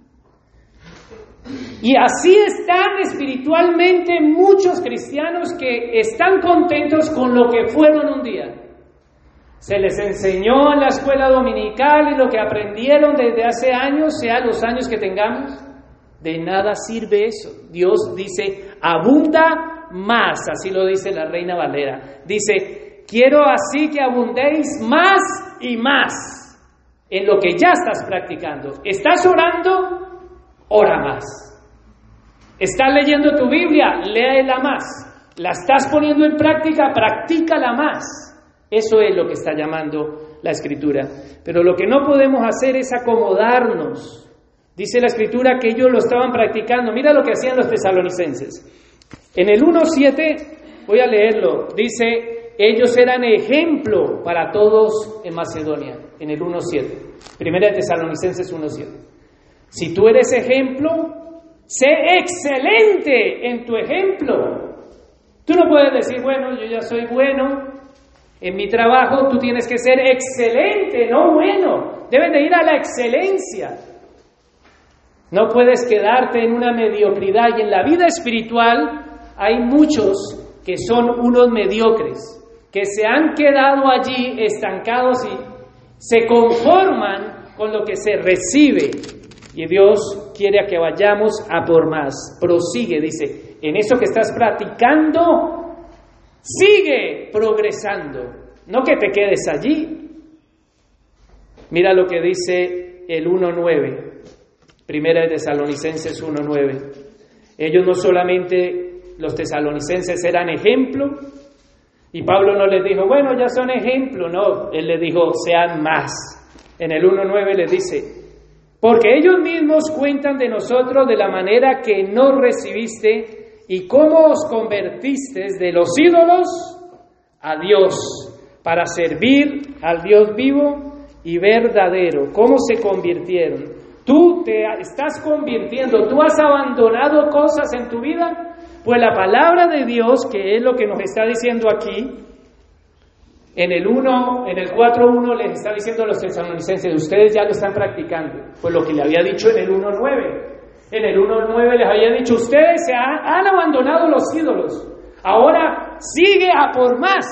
Speaker 1: Y así están espiritualmente muchos cristianos que están contentos con lo que fueron un día. Se les enseñó en la escuela dominical y lo que aprendieron desde hace años, sea los años que tengamos, de nada sirve eso. Dios dice, abunda más, así lo dice la Reina Valera. Dice, quiero así que abundéis más y más en lo que ya estás practicando. ¿Estás orando? Ora más. ¿Estás leyendo tu Biblia? Léela más. ¿La estás poniendo en práctica? Practícala más. Eso es lo que está llamando la Escritura. Pero lo que no podemos hacer es acomodarnos. Dice la Escritura que ellos lo estaban practicando. Mira lo que hacían los tesalonicenses. En el uno siete, voy a leerlo, dice, ellos eran ejemplo para todos en Macedonia. En el uno siete. Primera de Tesalonicenses uno siete. Si tú eres ejemplo, sé excelente en tu ejemplo. Tú no puedes decir, bueno, yo ya soy bueno en mi trabajo. Tú tienes que ser excelente, no bueno. Debes de ir a la excelencia. No puedes quedarte en una mediocridad. Y en la vida espiritual hay muchos que son unos mediocres, que se han quedado allí estancados y se conforman con lo que se recibe. Y Dios quiere que vayamos a por más. Prosigue, dice, en eso que estás practicando, sigue progresando. No que te quedes allí. Mira lo que dice el uno nueve. Primera de Tesalonicenses uno nueve. Ellos no solamente, los tesalonicenses eran ejemplo, y Pablo no les dijo, bueno, ya son ejemplo, no, él les dijo, sean más. En el uno nueve les dice, porque ellos mismos cuentan de nosotros de la manera que nos recibiste y cómo os convertisteis de los ídolos a Dios, para servir al Dios vivo y verdadero. ¿Cómo se convirtieron? Tú te estás convirtiendo, tú has abandonado cosas en tu vida. Pues la palabra de Dios, que es lo que nos está diciendo aquí, en el uno, en el cuatro uno les está diciendo a los tesalonicenses, ustedes ya lo están practicando. Pues lo que le había dicho en el uno nueve. En el uno nueve les había dicho, ustedes se han, han abandonado los ídolos. Ahora sigue a por más.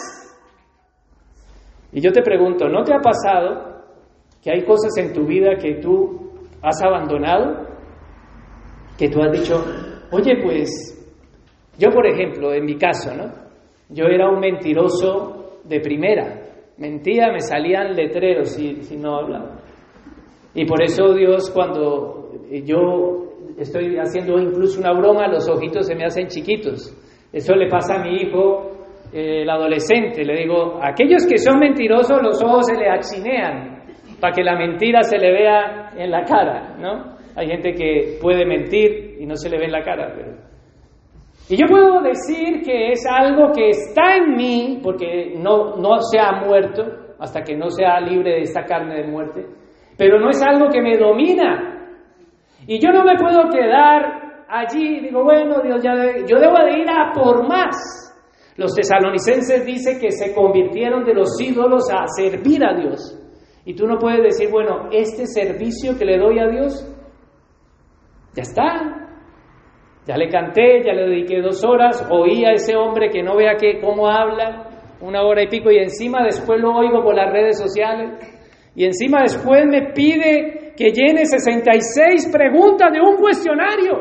Speaker 1: Y yo te pregunto, ¿no te ha pasado que hay cosas en tu vida que tú has abandonado? Que tú has dicho, oye, pues, yo por ejemplo, en mi caso, ¿no? Yo era un mentiroso de primera. Mentía, me salían letreros si, si no hablaba. Y por eso Dios, cuando yo estoy haciendo incluso una broma, los ojitos se me hacen chiquitos. Eso le pasa a mi hijo el adolescente, le digo, aquellos que son mentirosos los ojos se le achinean para que la mentira se le vea en la cara, ¿no? Hay gente que puede mentir y no se le ve en la cara, pero... Y yo puedo decir que es algo que está en mí, porque no, no se ha muerto, hasta que no sea libre de esta carne de muerte, pero no es algo que me domina. Y yo no me puedo quedar allí y digo, bueno, Dios ya debe, yo debo de ir a por más. Los tesalonicenses dicen que se convirtieron de los ídolos a servir a Dios. Y tú no puedes decir, bueno, este servicio que le doy a Dios, ya está. Ya le canté, ya le dediqué dos horas, oí a ese hombre que no vea que cómo habla, una hora y pico, y encima después lo oigo por las redes sociales, y encima después me pide que llene sesenta y seis preguntas de un cuestionario.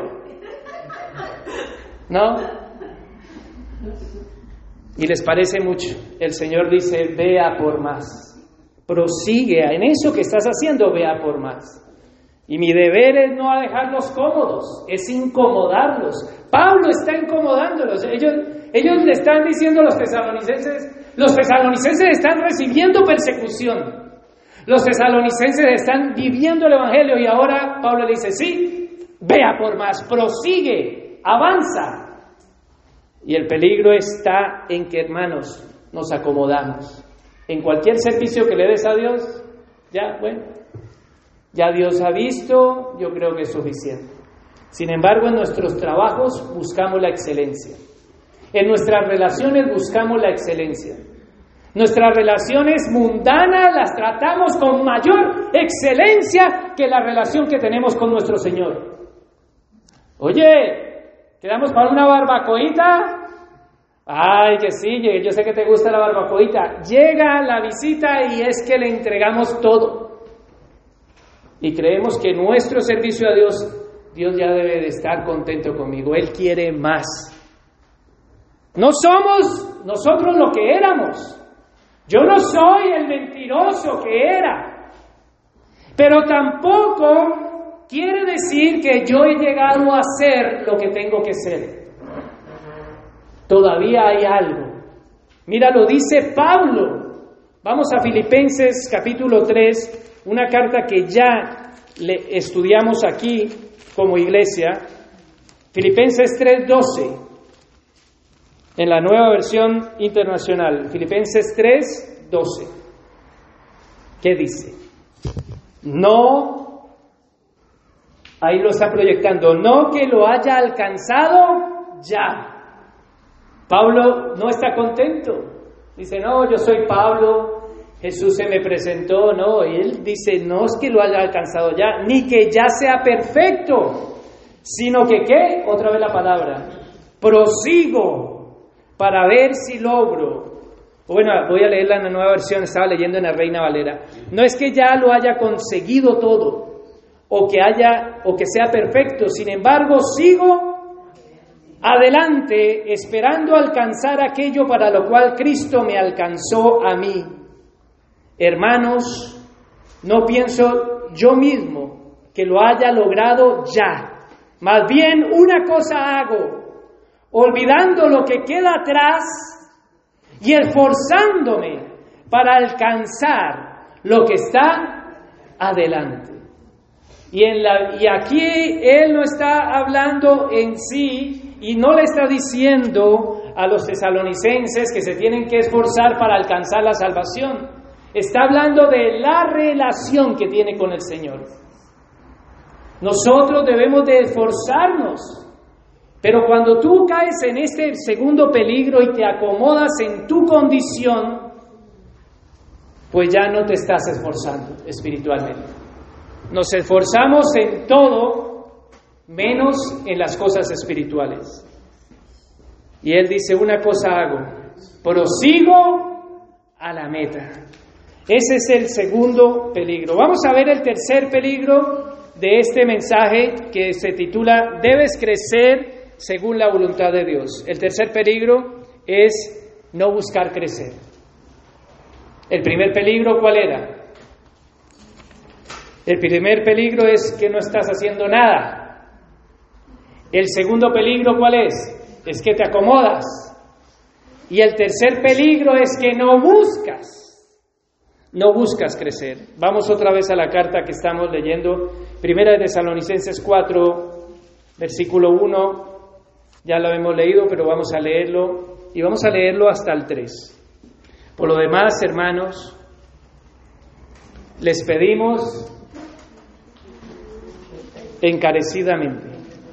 Speaker 1: ¿No? Y les parece mucho. El Señor dice, vea por más. Prosigue en eso que estás haciendo, vea por más. Y mi deber es no dejarlos cómodos, es incomodarlos. Pablo está incomodándolos. Ellos, ellos le están diciendo a los tesalonicenses, los tesalonicenses están recibiendo persecución. Los tesalonicenses están viviendo el Evangelio y ahora Pablo le dice, sí, vea por más, prosigue, avanza. Y el peligro está en que, hermanos, nos acomodamos. En cualquier servicio que le des a Dios, ya, bueno, ya Dios ha visto, yo creo que es suficiente. Sin embargo, en nuestros trabajos buscamos la excelencia. En nuestras relaciones buscamos la excelencia. Nuestras relaciones mundanas las tratamos con mayor excelencia que la relación que tenemos con nuestro Señor. Oye, ¿quedamos para una barbacoita? Ay, que sí, yo sé que te gusta la barbacoita. Llega la visita y es que le entregamos todo. Y creemos que nuestro servicio a Dios, Dios ya debe de estar contento conmigo. Él quiere más. No somos nosotros lo que éramos. Yo no soy el mentiroso que era. Pero tampoco quiere decir que yo he llegado a ser lo que tengo que ser. Todavía hay algo. Mira, lo dice Pablo. Vamos a Filipenses capítulo tres. Una carta que ya le estudiamos aquí como iglesia, Filipenses tres doce, en la nueva versión internacional, Filipenses tres doce. ¿Qué dice? No, ahí lo está proyectando, no que lo haya alcanzado ya. Pablo no está contento. Dice, no, yo soy Pablo, Jesús se me presentó, no, y él dice, no es que lo haya alcanzado ya, ni que ya sea perfecto, sino que, ¿qué? Otra vez la palabra, prosigo para ver si logro. Bueno, voy a leerla en la nueva versión, estaba leyendo en la Reina Valera. No es que ya lo haya conseguido todo, o que haya, o que sea perfecto, sin embargo, sigo adelante, esperando alcanzar aquello para lo cual Cristo me alcanzó a mí. Hermanos, no pienso yo mismo que lo haya logrado ya. Más bien una cosa hago, olvidando lo que queda atrás y esforzándome para alcanzar lo que está adelante. Y, en la, y aquí él no está hablando en sí y no le está diciendo a los tesalonicenses que se tienen que esforzar para alcanzar la salvación. Está hablando de la relación que tiene con el Señor. Nosotros debemos de esforzarnos, pero cuando tú caes en este segundo peligro y te acomodas en tu condición, pues ya no te estás esforzando espiritualmente. Nos esforzamos en todo, menos en las cosas espirituales. Y él dice, una cosa hago, prosigo a la meta. Ese es el segundo peligro. Vamos a ver el tercer peligro de este mensaje que se titula Debes crecer según la voluntad de Dios. El tercer peligro es no buscar crecer. El primer peligro, ¿cuál era? El primer peligro es que no estás haciendo nada. El segundo peligro, ¿cuál es? Es que te acomodas. Y el tercer peligro es que no buscas, no buscas crecer. Vamos otra vez a la carta que estamos leyendo, Primera de Tesalonicenses cuatro, versículo uno, ya lo hemos leído, pero vamos a leerlo, y vamos a leerlo hasta el tres. Por lo demás, hermanos, les pedimos encarecidamente,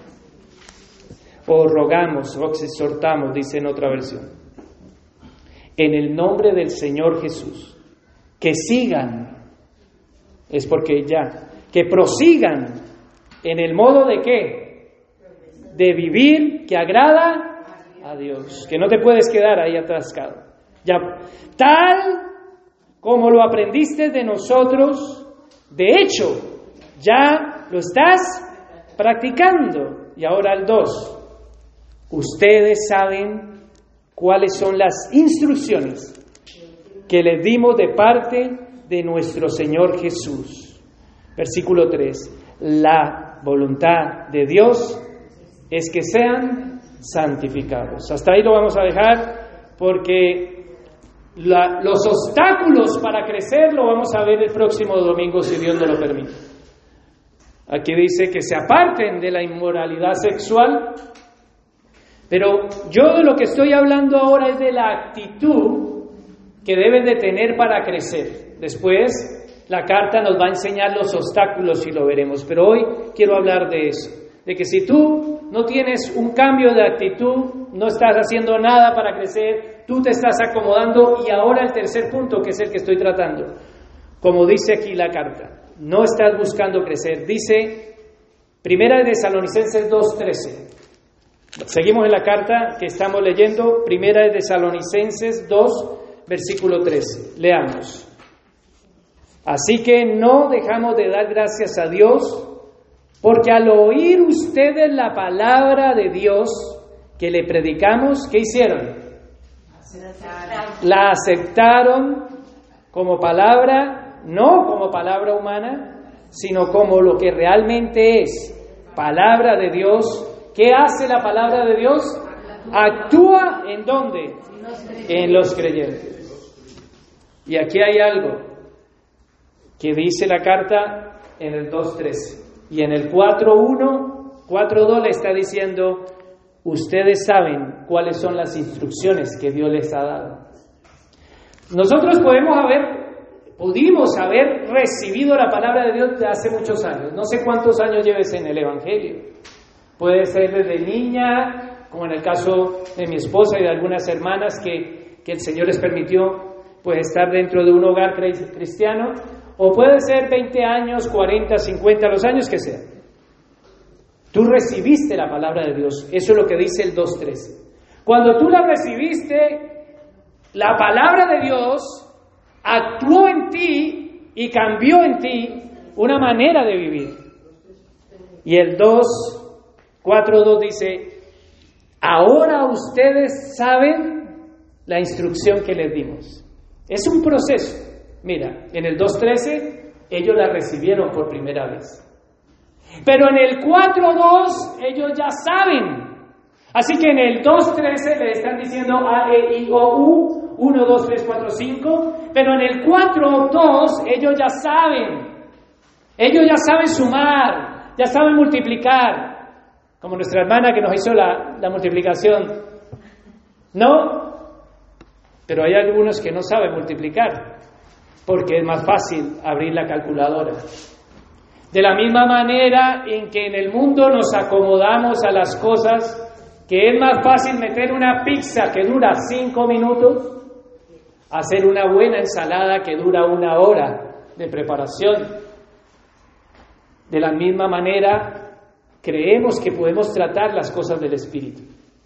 Speaker 1: o rogamos, o exhortamos, dice en otra versión, en el nombre del Señor Jesús, que sigan, es porque ya, que prosigan en el modo de qué, de vivir que agrada a Dios, que no te puedes quedar ahí atascado, ya, tal como lo aprendiste de nosotros, de hecho, ya lo estás practicando. Y ahora el dos, ustedes saben cuáles son las instrucciones que les dimos de parte de nuestro Señor Jesús. Versículo tres, la voluntad de Dios es que sean santificados. Hasta ahí lo vamos a dejar porque la, los obstáculos para crecer lo vamos a ver el próximo domingo si Dios nos lo permite. Aquí dice que se aparten de la inmoralidad sexual, pero yo de lo que estoy hablando ahora es de la actitud que deben de tener para crecer. Después la carta nos va a enseñar los obstáculos y lo veremos, pero hoy quiero hablar de eso, de que si tú no tienes un cambio de actitud, no estás haciendo nada para crecer, tú te estás acomodando. Y ahora el tercer punto, que es el que estoy tratando, como dice aquí la carta, no estás buscando crecer. Dice Primera de Tesalonicenses dos trece. Seguimos en la carta que estamos leyendo, Primera de Tesalonicenses dos, versículo trece. Leamos. Así que no dejamos de dar gracias a Dios, porque al oír ustedes la palabra de Dios que le predicamos, ¿qué hicieron? La aceptaron como palabra, no como palabra humana, sino como lo que realmente es, palabra de Dios. ¿Qué hace la palabra de Dios? Actúa ¿en dónde? En los creyentes. Y aquí hay algo que dice la carta en el dos trece. Y en el cuatro uno, cuatro dos le está diciendo, ustedes saben cuáles son las instrucciones que Dios les ha dado. Nosotros podemos haber, pudimos haber recibido la palabra de Dios de hace muchos años. No sé cuántos años lleves en el Evangelio. Puede ser desde niña, como en el caso de mi esposa y de algunas hermanas que, que el Señor les permitió pues estar dentro de un hogar cristiano. O puede ser veinte años, cuarenta, cincuenta, los años que sean. Tú recibiste la palabra de Dios. Eso es lo que dice el dos trece. Cuando tú la recibiste, la palabra de Dios actuó en ti y cambió en ti una manera de vivir. Y el dos cuatro dos dice, ahora ustedes saben la instrucción que les dimos. Es un proceso. Mira, en el dos trece ellos la recibieron por primera vez. Pero en el cuatro dos ellos ya saben. Así que en el dos trece le están diciendo A, E, I, O, U, uno, dos, tres, cuatro, cinco. Pero en el cuatro dos ellos ya saben. Ellos ya saben sumar, ya saben multiplicar. Como nuestra hermana que nos hizo la, la multiplicación. ¿No? Pero hay algunos que no saben multiplicar, porque es más fácil abrir la calculadora. De la misma manera en que en el mundo nos acomodamos a las cosas, que es más fácil meter una pizza que dura cinco minutos, hacer una buena ensalada que dura una hora de preparación. De la misma manera, creemos que podemos tratar las cosas del Espíritu.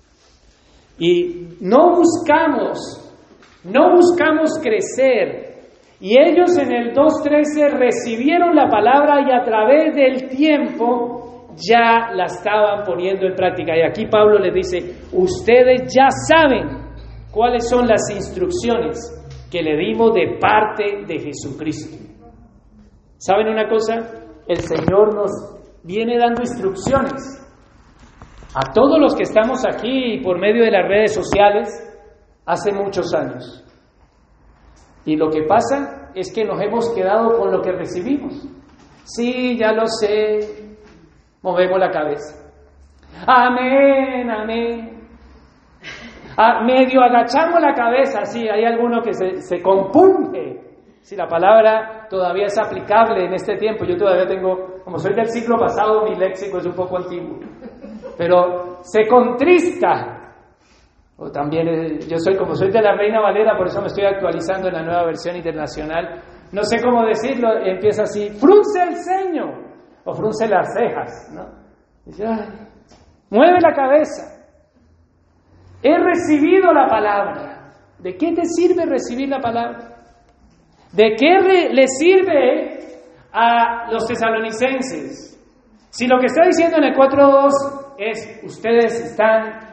Speaker 1: Y no buscamos, no buscamos crecer. Y ellos en el dos trece recibieron la palabra y a través del tiempo ya la estaban poniendo en práctica. Y aquí Pablo les dice, ustedes ya saben cuáles son las instrucciones que le dimos de parte de Jesucristo. ¿Saben una cosa? El Señor nos viene dando instrucciones a todos los que estamos aquí por medio de las redes sociales. hace muchos años. Y lo que pasa es que nos hemos quedado con lo que recibimos. Sí, ya lo sé. Movemos la cabeza. Amén, amén. A medio agachamos la cabeza, sí, hay alguno que se, se compunge. Si la palabra todavía es aplicable en este tiempo, yo todavía tengo, como soy del siglo pasado, mi léxico es un poco antiguo. Pero se contrista. O también, yo soy como soy de la Reina Valera, por eso me estoy actualizando en la nueva versión internacional. No sé cómo decirlo, empieza así, frunce el ceño, o frunce las cejas, ¿no? Dice, ay, mueve la cabeza. He recibido la palabra. ¿De qué te sirve recibir la palabra? ¿De qué re- le sirve a los tesalonicenses? Si lo que está diciendo en el cuatro dos es, ustedes están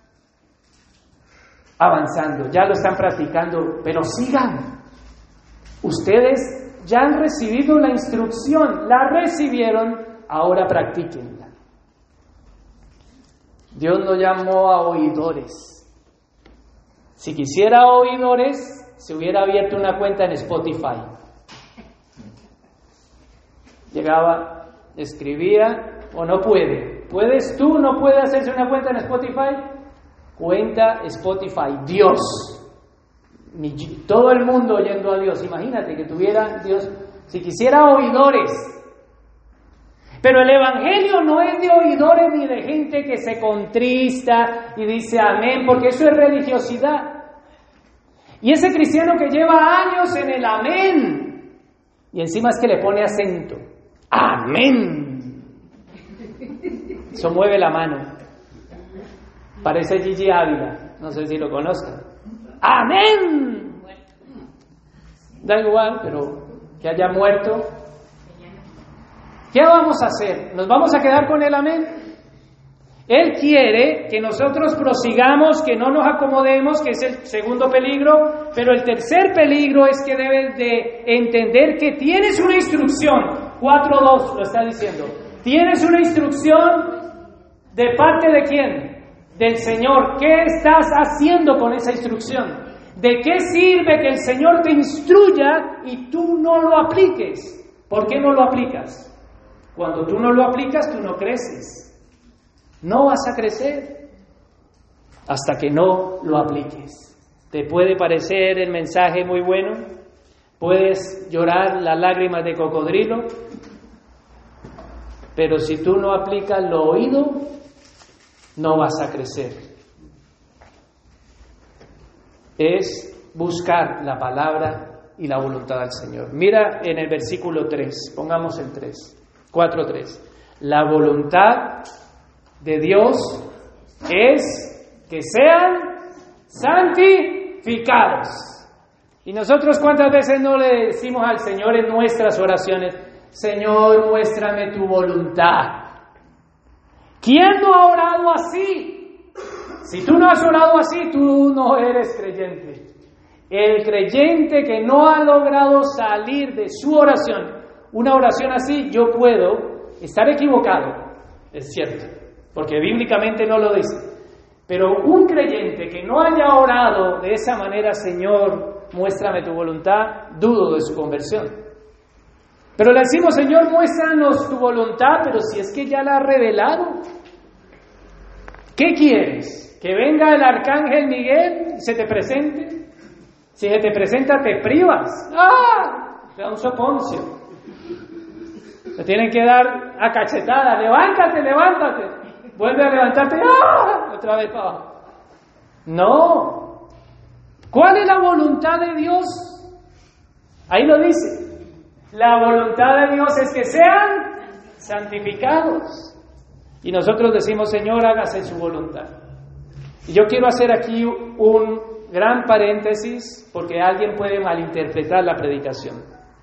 Speaker 1: avanzando, ya lo están practicando, pero sigan. Ustedes ya han recibido la instrucción, la recibieron, ahora practíquenla. Dios nos llamó a oidores. Si quisiera oidores, se hubiera abierto una cuenta en Spotify. Llegaba, escribía, o no puede. ¿Puedes tú? ¿No puede hacerse una cuenta en Spotify? Cuenta Spotify. Dios. Todo el mundo oyendo a Dios. Imagínate que tuviera Dios. Si quisiera oidores. Pero el Evangelio no es de oidores ni de gente que se contrista y dice amén, porque eso es religiosidad. Y ese cristiano que lleva años en el amén, y encima es que le pone acento, amén. Eso mueve la mano. Parece Gigi Ávila, no sé si lo conozcan. Amén. Da igual, pero que haya muerto. ¿Qué vamos a hacer? ¿Nos vamos a quedar con el amén? Él quiere que nosotros prosigamos, que no nos acomodemos, que es el segundo peligro, pero el tercer peligro es que debes de entender que tienes una instrucción. cuatro dos lo está diciendo. Tienes una instrucción de parte de quién? Del Señor. ¿Qué estás haciendo con esa instrucción? ¿De qué sirve que el Señor te instruya y tú no lo apliques? ¿Por qué no lo aplicas? Cuando tú no lo aplicas, tú no creces. No vas a crecer hasta que no lo apliques. Te puede parecer el mensaje muy bueno, puedes llorar las lágrimas de cocodrilo, pero si tú no aplicas lo oído, no vas a crecer. Es buscar la palabra y la voluntad del Señor. Mira en el versículo tres, pongamos el tres. cuatro tres. La voluntad de Dios es que sean santificados. Y nosotros, ¿cuántas veces no le decimos al Señor en nuestras oraciones, Señor, muéstrame tu voluntad? ¿Quién no ha orado así? Si tú no has orado así, tú no eres creyente. El creyente que no ha logrado salir de su oración, una oración así, yo puedo estar equivocado, es cierto, porque bíblicamente no lo dice. Pero un creyente que no haya orado de esa manera, Señor, muéstrame tu voluntad, dudo de su conversión. Pero le decimos, Señor, muéstranos tu voluntad, pero si es que ya la ha revelado. ¿Qué quieres? ¿Que venga el arcángel Miguel y se te presente? Si se te presenta, te privas. ¡Ah! Te da un soponcio. Te tienen que dar a cachetada. Levántate, levántate. Vuelve a levantarte. ¡Ah! Otra vez para abajo. No. ¿Cuál es la voluntad de Dios? Ahí lo dice. La voluntad de Dios es que sean santificados. Y nosotros decimos, Señor, hágase su voluntad. Y yo quiero hacer aquí un gran paréntesis, porque alguien puede malinterpretar la predicación.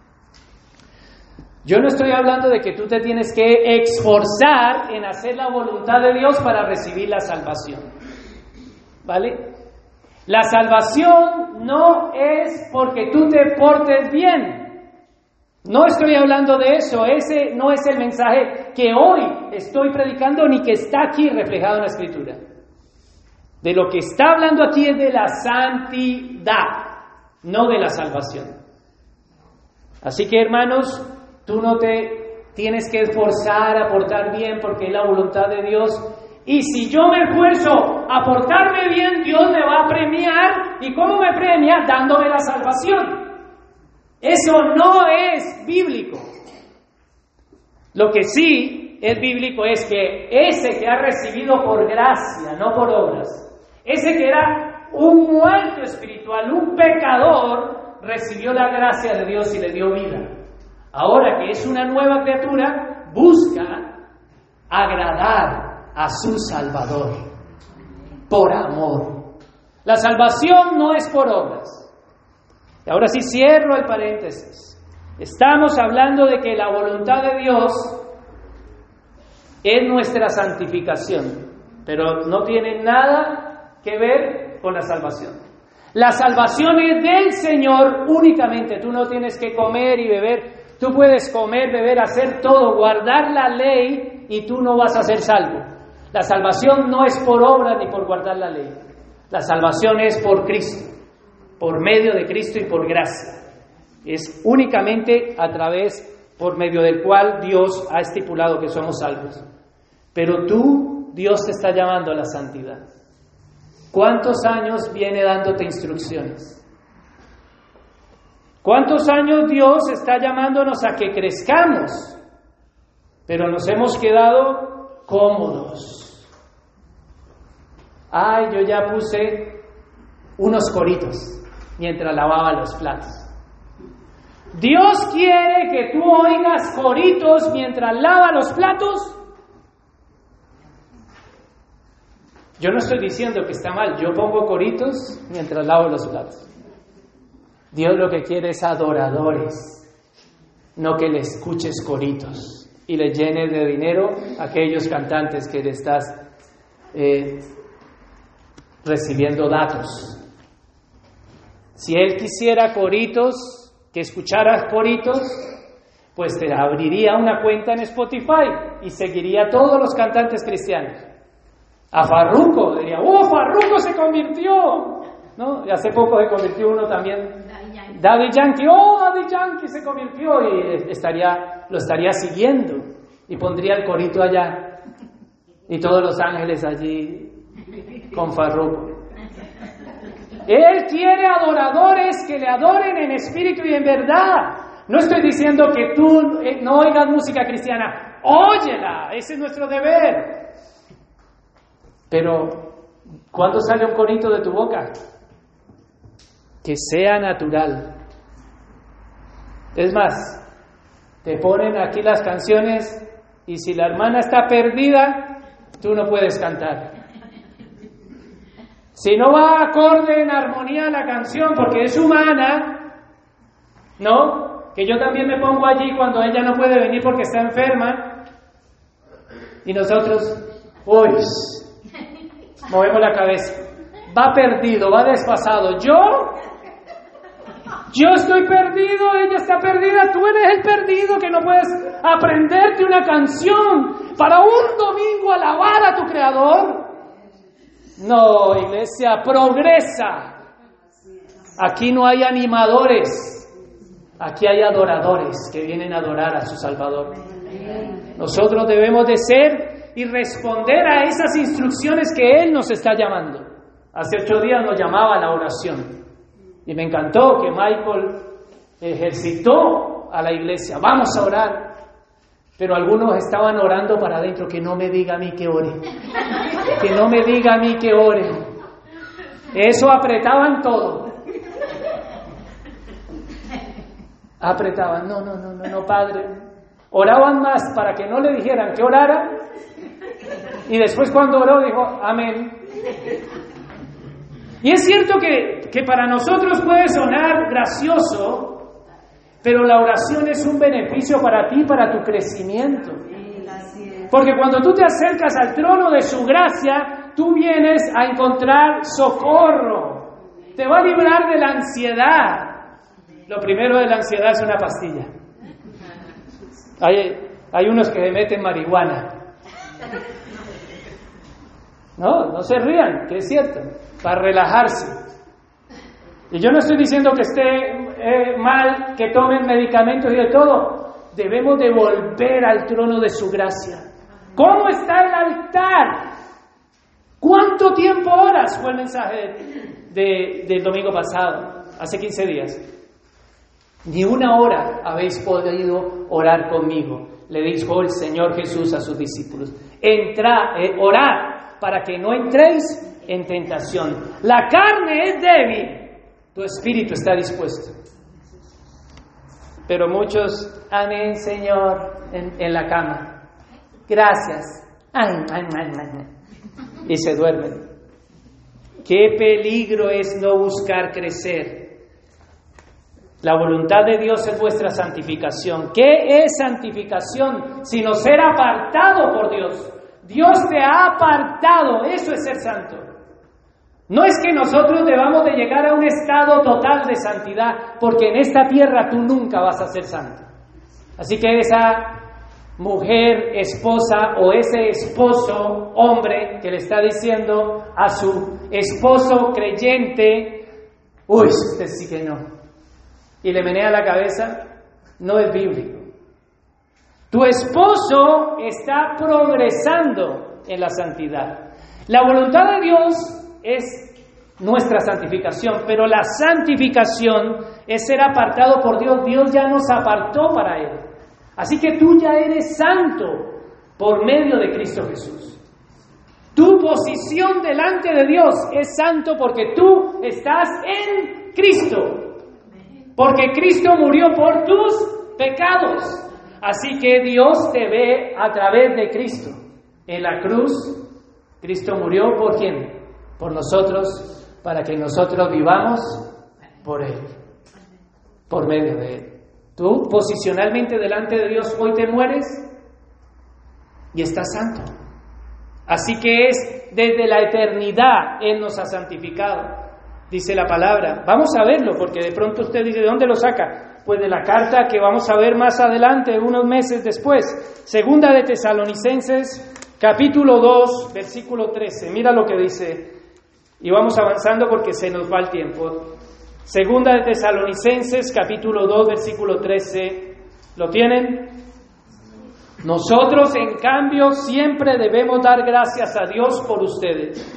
Speaker 1: Yo no estoy hablando de que tú te tienes que esforzar en hacer la voluntad de Dios para recibir la salvación. ¿Vale? La salvación no es porque tú te portes bien. No estoy hablando de eso. Ese no es el mensaje que hoy estoy predicando ni que está aquí reflejado en la Escritura. De lo que está hablando aquí es de la santidad, no de la salvación. Así que, hermanos, tú no te tienes que esforzar a portar bien porque es la voluntad de Dios. Y si yo me esfuerzo a portarme bien, Dios me va a premiar. ¿Y cómo me premia? Dándome la salvación. Eso no es bíblico. Lo que sí es bíblico es que ese que ha recibido por gracia, no por obras, ese que era un muerto espiritual, un pecador, recibió la gracia de Dios y le dio vida. Ahora que es una nueva criatura, busca agradar a su Salvador por amor. La salvación no es por obras. Y ahora sí cierro el paréntesis. Estamos hablando de que la voluntad de Dios es nuestra santificación, pero no tiene nada que ver con la salvación. La salvación es del Señor únicamente. Tú no tienes que comer y beber. Tú puedes comer, beber, hacer todo, guardar la ley y tú no vas a ser salvo. La salvación no es por obra ni por guardar la ley. La salvación es por Cristo, por medio de Cristo y por gracia. Es únicamente a través, por medio del cual Dios ha estipulado que somos salvos. Pero tú, Dios te está llamando a la santidad. ¿Cuántos años viene dándote instrucciones? ¿Cuántos años Dios está llamándonos a que crezcamos? Pero nos hemos quedado cómodos. Ay, yo ya puse unos coritos mientras lavaba los platos. Dios quiere que tú oigas coritos mientras lava los platos. Yo no estoy diciendo que está mal, yo pongo coritos mientras lavo los platos. Dios lo que quiere es adoradores, no que le escuches coritos y le llenes de dinero a aquellos cantantes que le estás eh, recibiendo datos. Si Él quisiera coritos, que escucharas coritos, pues te abriría una cuenta en Spotify y seguiría a todos los cantantes cristianos. A Farruko, diría, ¡oh, Farruko se convirtió! ¿No? Y hace poco se convirtió uno también, Daddy Yankee, ¡oh, Daddy Yankee se convirtió! Y estaría, lo estaría siguiendo y pondría el corito allá y todos los ángeles allí con Farruko. Él quiere adoradores que le adoren en espíritu y en verdad. No estoy diciendo que tú no oigas música cristiana, óyela, ese es nuestro deber. Pero, ¿cuándo sale un corito de tu boca? Que sea natural. Es más, te ponen aquí las canciones y si la hermana está perdida, tú no puedes cantar. Si no va acorde en armonía la canción, porque es humana, ¿no? Que yo también me pongo allí cuando ella no puede venir porque está enferma. Y nosotros, uy, movemos la cabeza. Va perdido, va desfasado. ¿Yo? Yo estoy perdido, ella está perdida. Tú eres el perdido que no puedes aprenderte una canción para un domingo alabar a tu Creador. No, iglesia, progresa. Aquí no hay animadores, aquí hay adoradores que vienen a adorar a su Salvador. Nosotros debemos de ser y responder a esas instrucciones que Él nos está llamando. Hace ocho días nos llamaba a la oración y me encantó que Michael ejercitó a la iglesia. Vamos a orar. Pero algunos estaban orando para adentro, que no me diga a mí que ore. Que no me diga a mí que ore. Eso apretaban todo. Apretaban, no, no, no, no, no, Padre. Oraban más para que no le dijeran que orara. Y después cuando oró dijo, amén. Y es cierto que, que para nosotros puede sonar gracioso, pero la oración es un beneficio para ti, para tu crecimiento. Porque cuando tú te acercas al trono de su gracia, tú vienes a encontrar socorro. Te va a librar de la ansiedad. Lo primero de la ansiedad es una pastilla. Hay, hay unos que le meten marihuana. No, no se rían, que es cierto, para relajarse. Y yo no estoy diciendo que esté eh, mal que tomen medicamentos y de todo. Debemos de volver al trono de su gracia. ¿Cómo está el altar? ¿Cuánto tiempo oras? Fue el mensaje de, del domingo pasado, hace quince días. Ni una hora habéis podido orar conmigo, le dijo el Señor Jesús a sus discípulos. Entrad, eh, orad para que no entréis en tentación. La carne es débil, tu espíritu está dispuesto. Pero muchos, amén, Señor, en, en la cama. Gracias. Ay, ay, ay, ay. Y se duermen. Qué peligro es no buscar crecer. La voluntad de Dios es vuestra santificación. ¿Qué es santificación? Sino ser apartado por Dios. Dios te ha apartado. Eso es ser santo. No es que nosotros debamos de llegar a un estado total de santidad, porque en esta tierra tú nunca vas a ser santo. Así que esa mujer, esposa o ese esposo, hombre, que le está diciendo a su esposo creyente, uy, usted sí que no, y le menea la cabeza, no es bíblico. Tu esposo está progresando en la santidad. La voluntad de Dios es nuestra santificación, pero la santificación es ser apartado por Dios. Dios ya nos apartó para Él. Así que tú ya eres santo por medio de Cristo Jesús. Tu posición delante de Dios es santo porque tú estás en Cristo. Porque Cristo murió por tus pecados. Así que Dios te ve a través de Cristo. En la cruz, Cristo murió ¿por quién? Por nosotros, para que nosotros vivamos por Él. Por medio de Él. Tú posicionalmente delante de Dios hoy te mueres y estás santo. Así que es desde la eternidad Él nos ha santificado. Dice la palabra. Vamos a verlo porque de pronto usted dice, ¿de dónde lo saca? Pues de la carta que vamos a ver más adelante, unos meses después. Segunda de Tesalonicenses, capítulo dos, versículo trece. Mira lo que dice. Y vamos avanzando porque se nos va el tiempo. Segunda de Tesalonicenses, capítulo dos, versículo trece. ¿Lo tienen? Nosotros, en cambio, siempre debemos dar gracias a Dios por ustedes.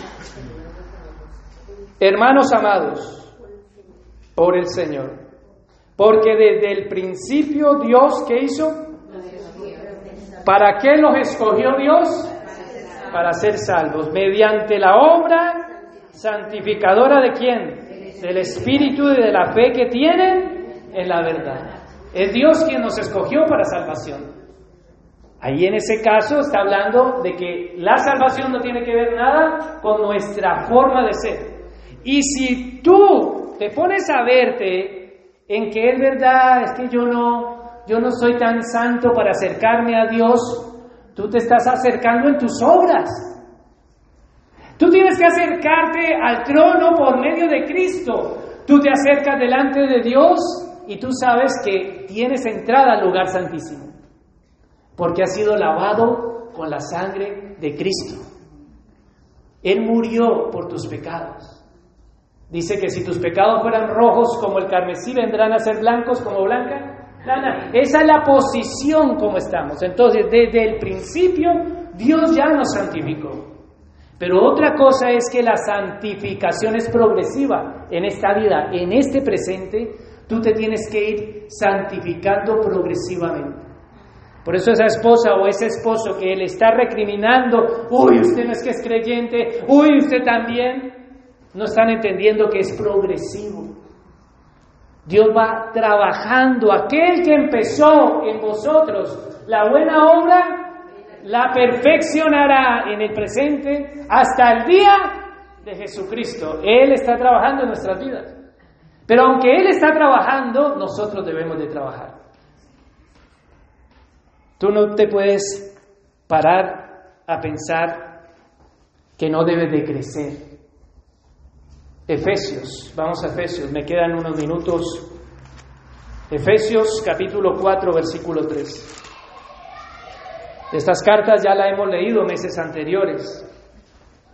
Speaker 1: Hermanos amados, por el Señor. Porque desde el principio Dios, ¿qué hizo? ¿Para qué los escogió Dios? Para ser salvos. Mediante la obra santificadora ¿de quién? Del Espíritu y de la fe que tienen en la verdad. Es Dios quien nos escogió para salvación. Ahí en ese caso está hablando de que la salvación no tiene que ver nada con nuestra forma de ser. Y si tú te pones a verte en que es verdad, es que yo no, yo no soy tan santo para acercarme a Dios, tú te estás acercando en tus obras. Tú tienes que acercarte al trono por medio de Cristo. Tú te acercas delante de Dios y tú sabes que tienes entrada al lugar santísimo. Porque has sido lavado con la sangre de Cristo. Él murió por tus pecados. Dice que si tus pecados fueran rojos como el carmesí, vendrán a ser blancos como blanca lana. Esa es la posición como estamos. Entonces, desde el principio, Dios ya nos santificó. Pero otra cosa es que la santificación es progresiva en esta vida, en este presente, tú te tienes que ir santificando progresivamente. Por eso esa esposa o ese esposo que le está recriminando, uy, usted no es que es creyente, uy, usted también, no están entendiendo que es progresivo. Dios va trabajando, aquel que empezó en vosotros la buena obra, la perfeccionará en el presente hasta el día de Jesucristo. Él está trabajando en nuestras vidas. Pero aunque Él está trabajando, nosotros debemos de trabajar. Tú no te puedes parar a pensar que no debes de crecer. Efesios, vamos a Efesios, me quedan unos minutos. Efesios capítulo cuatro, versículo tres. Estas cartas ya las hemos leído meses anteriores.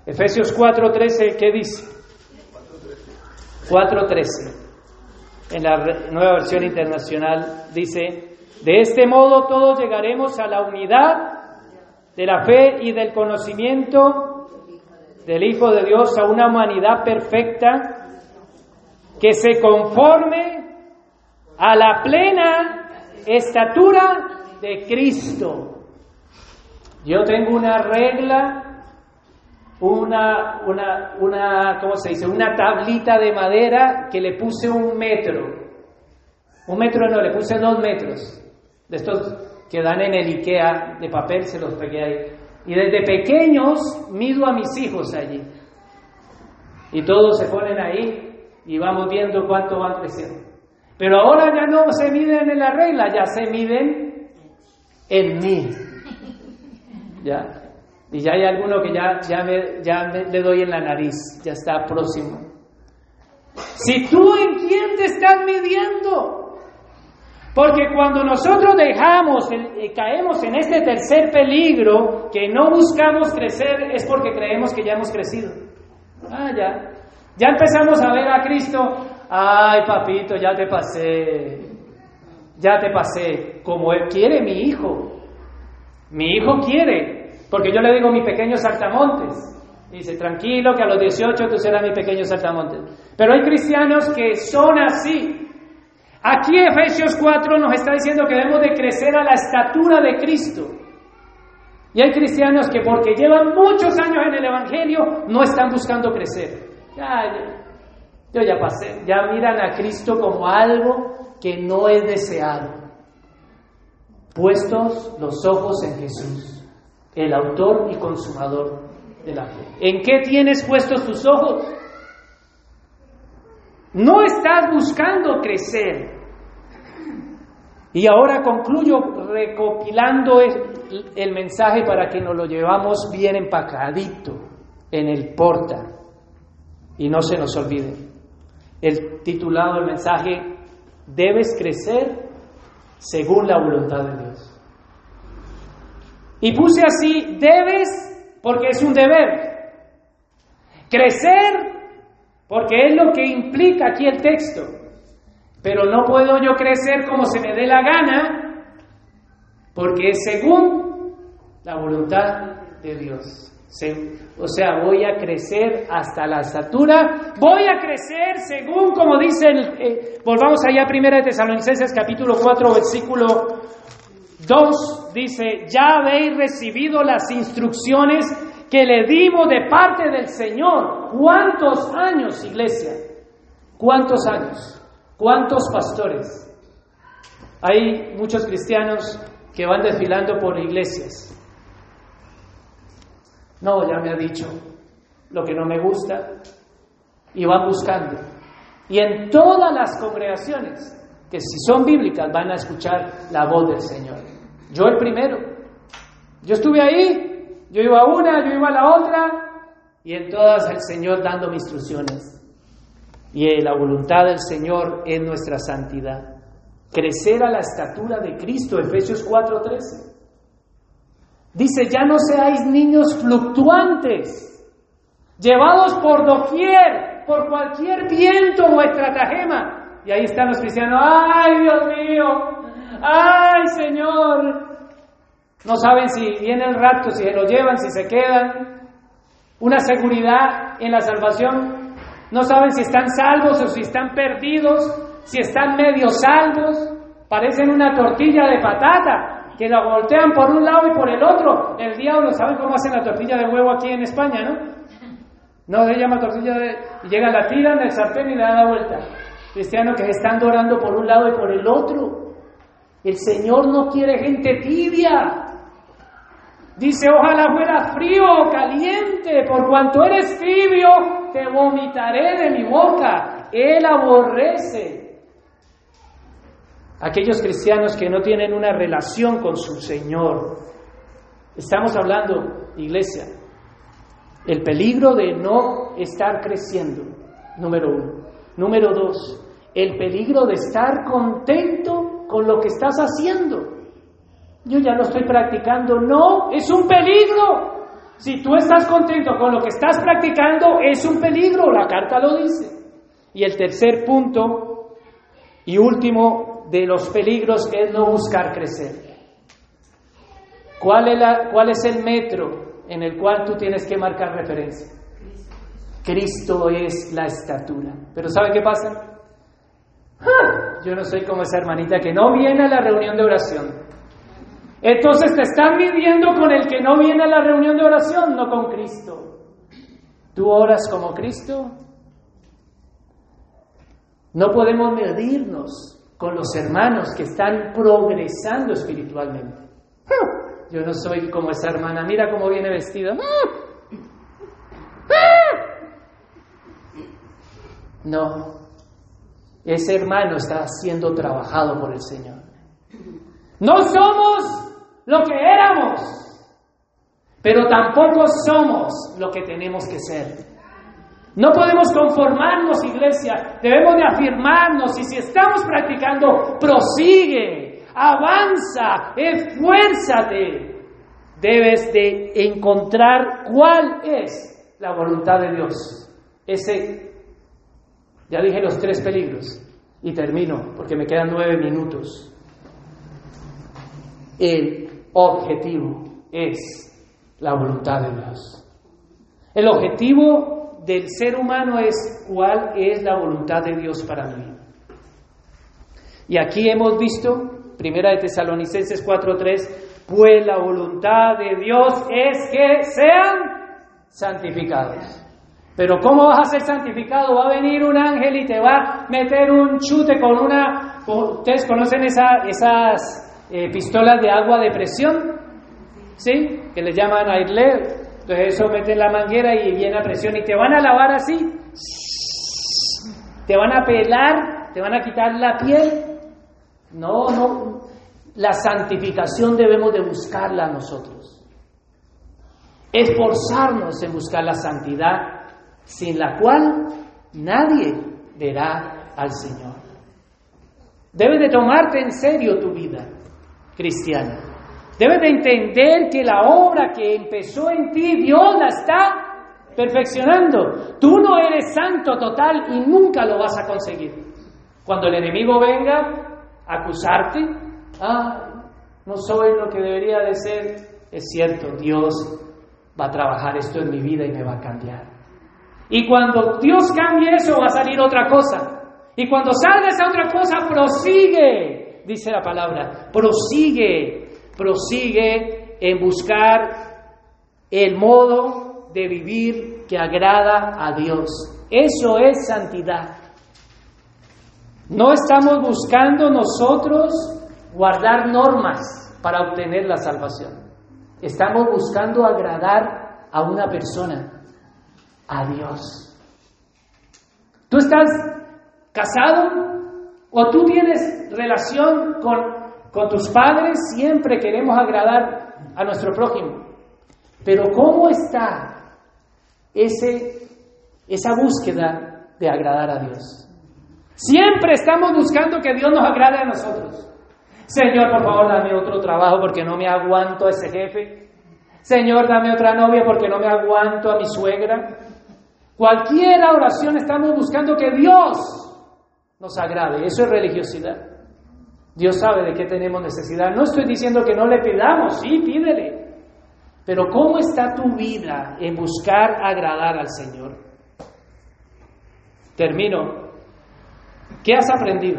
Speaker 1: Efesios cuatro trece, ¿qué dice? cuatro trece. En la Nueva Versión Internacional dice: de este modo todos llegaremos a la unidad de la fe y del conocimiento del Hijo de Dios, a una humanidad perfecta que se conforme a la plena estatura de Cristo. Yo tengo una regla, una, una, una, ¿cómo se dice? Una tablita de madera que le puse un metro. Un metro no, le puse dos metros. De estos que dan en el IKEA de papel, se los pegué ahí. Y desde pequeños mido a mis hijos allí. Y todos se ponen ahí y vamos viendo cuánto van creciendo. Pero ahora ya no se miden en la regla, ya se miden en mí. ¿Ya? Y ya hay alguno que ya, ya, me, ya me, le doy en la nariz, ya está próximo. Si tú, ¿en quién te estás midiendo? Porque cuando nosotros dejamos, eh, caemos en este tercer peligro, que no buscamos crecer, es porque creemos que ya hemos crecido. Ah, ya. Ya empezamos a ver a Cristo. Ay, papito, ya te pasé. Ya te pasé. Como Él quiere, mi hijo. Mi hijo quiere. Porque yo le digo mi pequeño saltamontes. Dice, tranquilo, que a los dieciocho tú serás mi pequeño saltamontes. Pero hay cristianos que son así. Aquí Efesios cuatro nos está diciendo que debemos de crecer a la estatura de Cristo. Y hay cristianos que porque llevan muchos años en el Evangelio no están buscando crecer. Ya, ya, yo ya pasé. Ya miran a Cristo como algo que no es deseado. Puestos los ojos en Jesús, el autor y consumador de la fe. ¿En qué tienes puestos tus ojos? No estás buscando crecer. Y ahora concluyo recopilando el, el mensaje para que nos lo llevamos bien empacadito en el porta y no se nos olvide. El titulado del mensaje: debes crecer según la voluntad de Dios. Y puse así: debes porque es un deber. Crecer porque es lo que implica aquí el texto. Pero no puedo yo crecer como se me dé la gana, porque es según la voluntad de Dios. O sea, voy a crecer hasta la estatura, voy a crecer según, como dice, el, eh, volvamos allá a Primera de Tesalonicenses capítulo cuatro, versículo dos, dice: ya habéis recibido las instrucciones que le dimos de parte del Señor. ¿Cuántos años, iglesia? ¿Cuántos años? ¿Cuántos pastores? Hay muchos cristianos que van desfilando por iglesias. No, ya me ha dicho lo que no me gusta, y van buscando. Y en todas las congregaciones, que si son bíblicas, van a escuchar la voz del Señor. Yo el primero. Yo estuve ahí, yo iba a una, yo iba a la otra, y en todas el Señor dándome instrucciones. Y la voluntad del Señor es nuestra santidad. Crecer a la estatura de Cristo, Efesios cuatro trece. Dice: ya no seáis niños fluctuantes, llevados por doquier, por cualquier viento o estratagema. Y ahí están los cristianos: ¡ay, Dios mío! ¡Ay, Señor! No saben si viene el rapto, si se lo llevan, si se quedan. Una seguridad en la salvación. No saben si están salvos o si están perdidos, si están medio salvos. Parecen una tortilla de patata, que la voltean por un lado y por el otro. El diablo, ¿saben cómo hacen la tortilla de huevo aquí en España, no? No se llama tortilla de... Y llega, la tiran del sartén y le dan la vuelta. Cristianos que se están dorando por un lado y por el otro. El Señor no quiere gente tibia. Dice: ojalá fuera frío o caliente, por cuanto eres tibio, te vomitaré de mi boca. Él aborrece aquellos cristianos que no tienen una relación con su Señor. Estamos hablando, iglesia, el peligro de no estar creciendo, número uno. Número dos, el peligro de estar contento con lo que estás haciendo. Yo ya no estoy practicando. No, es un peligro. Si tú estás contento con lo que estás practicando, es un peligro, la carta lo dice. Y el tercer punto y último de los peligros es no buscar crecer. ¿Cuál es, la, cuál es el metro en el cual tú tienes que marcar referencia? Cristo es la estatura. Pero ¿sabe qué pasa? ¡Ah! Yo no soy como esa hermanita que no viene a la reunión de oración. Entonces te están midiendo con el que no viene a la reunión de oración, no con Cristo. ¿Tú oras como Cristo? No podemos medirnos con los hermanos que están progresando espiritualmente. Yo no soy como esa hermana, mira cómo viene vestida. No, ese hermano está siendo trabajado por el Señor. No somos lo que éramos, pero tampoco somos lo que tenemos que ser. No podemos conformarnos, iglesia, debemos de afirmarnos, y si estamos practicando, prosigue, avanza, esfuérzate. Debes de encontrar cuál es la voluntad de Dios. Ese, ya dije los tres peligros, y termino, porque me quedan nueve minutos. El objetivo es la voluntad de Dios. El objetivo del ser humano es cuál es la voluntad de Dios para mí. Y aquí hemos visto, Primera de Tesalonicenses cuatro tres, pues la voluntad de Dios es que sean santificados. Pero ¿cómo vas a ser santificado? Va a venir un ángel y te va a meter un chute con una... ¿Ustedes conocen esa, esas... Eh, pistolas de agua de presión? ¿Sí? Que le llaman airlet. Entonces eso mete en la manguera y viene a presión y te van a lavar así, te van a pelar, te van a quitar la piel. No, no, la santificación debemos de buscarla nosotros, esforzarnos en buscar la santidad, sin la cual nadie verá al Señor. Debes de tomarte en serio tu vida cristiana. Debes de entender que la obra que empezó en ti, Dios la está perfeccionando. Tú no eres santo total y nunca lo vas a conseguir. Cuando el enemigo venga a acusarte, ah, no soy lo que debería de ser, es cierto, Dios va a trabajar esto en mi vida y me va a cambiar. Y cuando Dios cambie eso, va a salir otra cosa. Y cuando salga esa otra cosa, prosigue, dice la palabra, prosigue. Prosigue en buscar el modo de vivir que agrada a Dios. Eso es santidad. No estamos buscando nosotros guardar normas para obtener la salvación. Estamos buscando agradar a una persona, a Dios. ¿Tú estás casado o tú tienes relación con Con tus padres? Siempre queremos agradar a nuestro prójimo. Pero ¿cómo está ese, esa búsqueda de agradar a Dios? Siempre estamos buscando que Dios nos agrade a nosotros. Señor, por favor, dame otro trabajo porque no me aguanto a ese jefe. Señor, dame otra novia porque no me aguanto a mi suegra. Cualquier oración estamos buscando que Dios nos agrade. Eso es religiosidad. Dios sabe de qué tenemos necesidad. No estoy diciendo que no le pidamos, sí, pídele. Pero ¿cómo está tu vida en buscar agradar al Señor? Termino. ¿Qué has aprendido?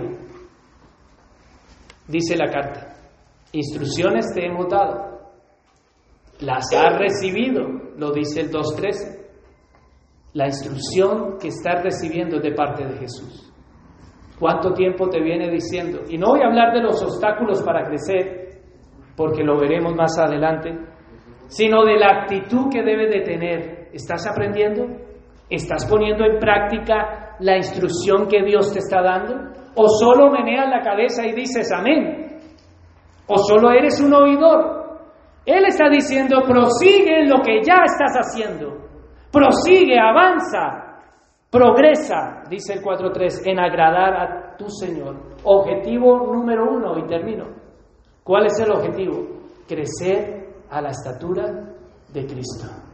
Speaker 1: Dice la carta. Instrucciones te hemos dado. Las has recibido, lo dice el dos trece. La instrucción que estás recibiendo es de parte de Jesús. ¿Cuánto tiempo te viene diciendo? Y no voy a hablar de los obstáculos para crecer, porque lo veremos más adelante, sino de la actitud que debes de tener. ¿Estás aprendiendo? ¿Estás poniendo en práctica la instrucción que Dios te está dando? ¿O solo meneas la cabeza y dices amén? ¿O solo eres un oidor? Él está diciendo, prosigue en lo que ya estás haciendo. Prosigue, avanza. Progresa, dice el cuatro tres, en agradar a tu Señor. Objetivo número uno, y termino. ¿Cuál es el objetivo? Crecer a la estatura de Cristo.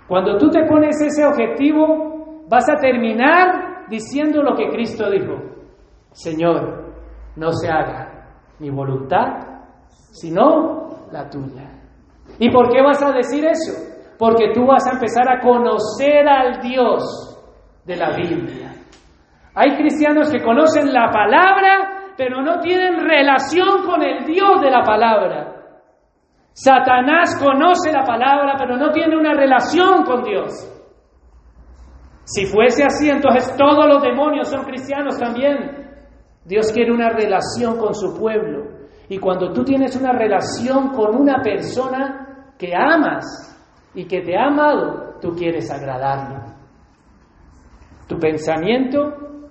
Speaker 1: Cuando tú te pones ese objetivo, vas a terminar diciendo lo que Cristo dijo. Señor, no se haga mi voluntad, sino la tuya. ¿Y por qué vas a decir eso? Porque tú vas a empezar a conocer al Dios de la Biblia. Hay cristianos que conocen la palabra, pero no tienen relación con el Dios de la palabra. Satanás conoce la palabra, pero no tiene una relación con Dios. Si fuese así, entonces todos los demonios son cristianos también. Dios quiere una relación con su pueblo. Y cuando tú tienes una relación con una persona que amas y que te ha amado, tú quieres agradarlo. Tu pensamiento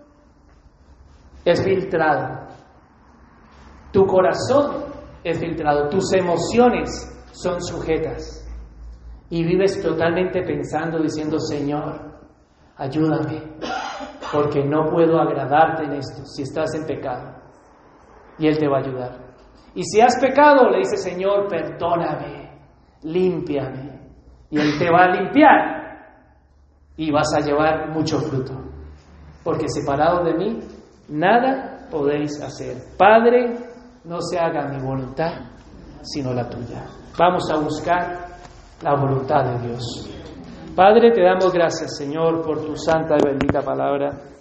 Speaker 1: es filtrado. Tu corazón es filtrado. Tus emociones son sujetas. Y vives totalmente pensando, diciendo, Señor, ayúdame, porque no puedo agradarte en esto si estás en pecado. Y Él te va a ayudar. Y si has pecado, le dices, Señor, perdóname, límpiame. Y Él te va a limpiar. Y vas a llevar mucho fruto. Porque separado de mí, nada podéis hacer. Padre, no se haga mi voluntad, sino la tuya. Vamos a buscar la voluntad de Dios. Padre, te damos gracias, Señor, por tu santa y bendita palabra.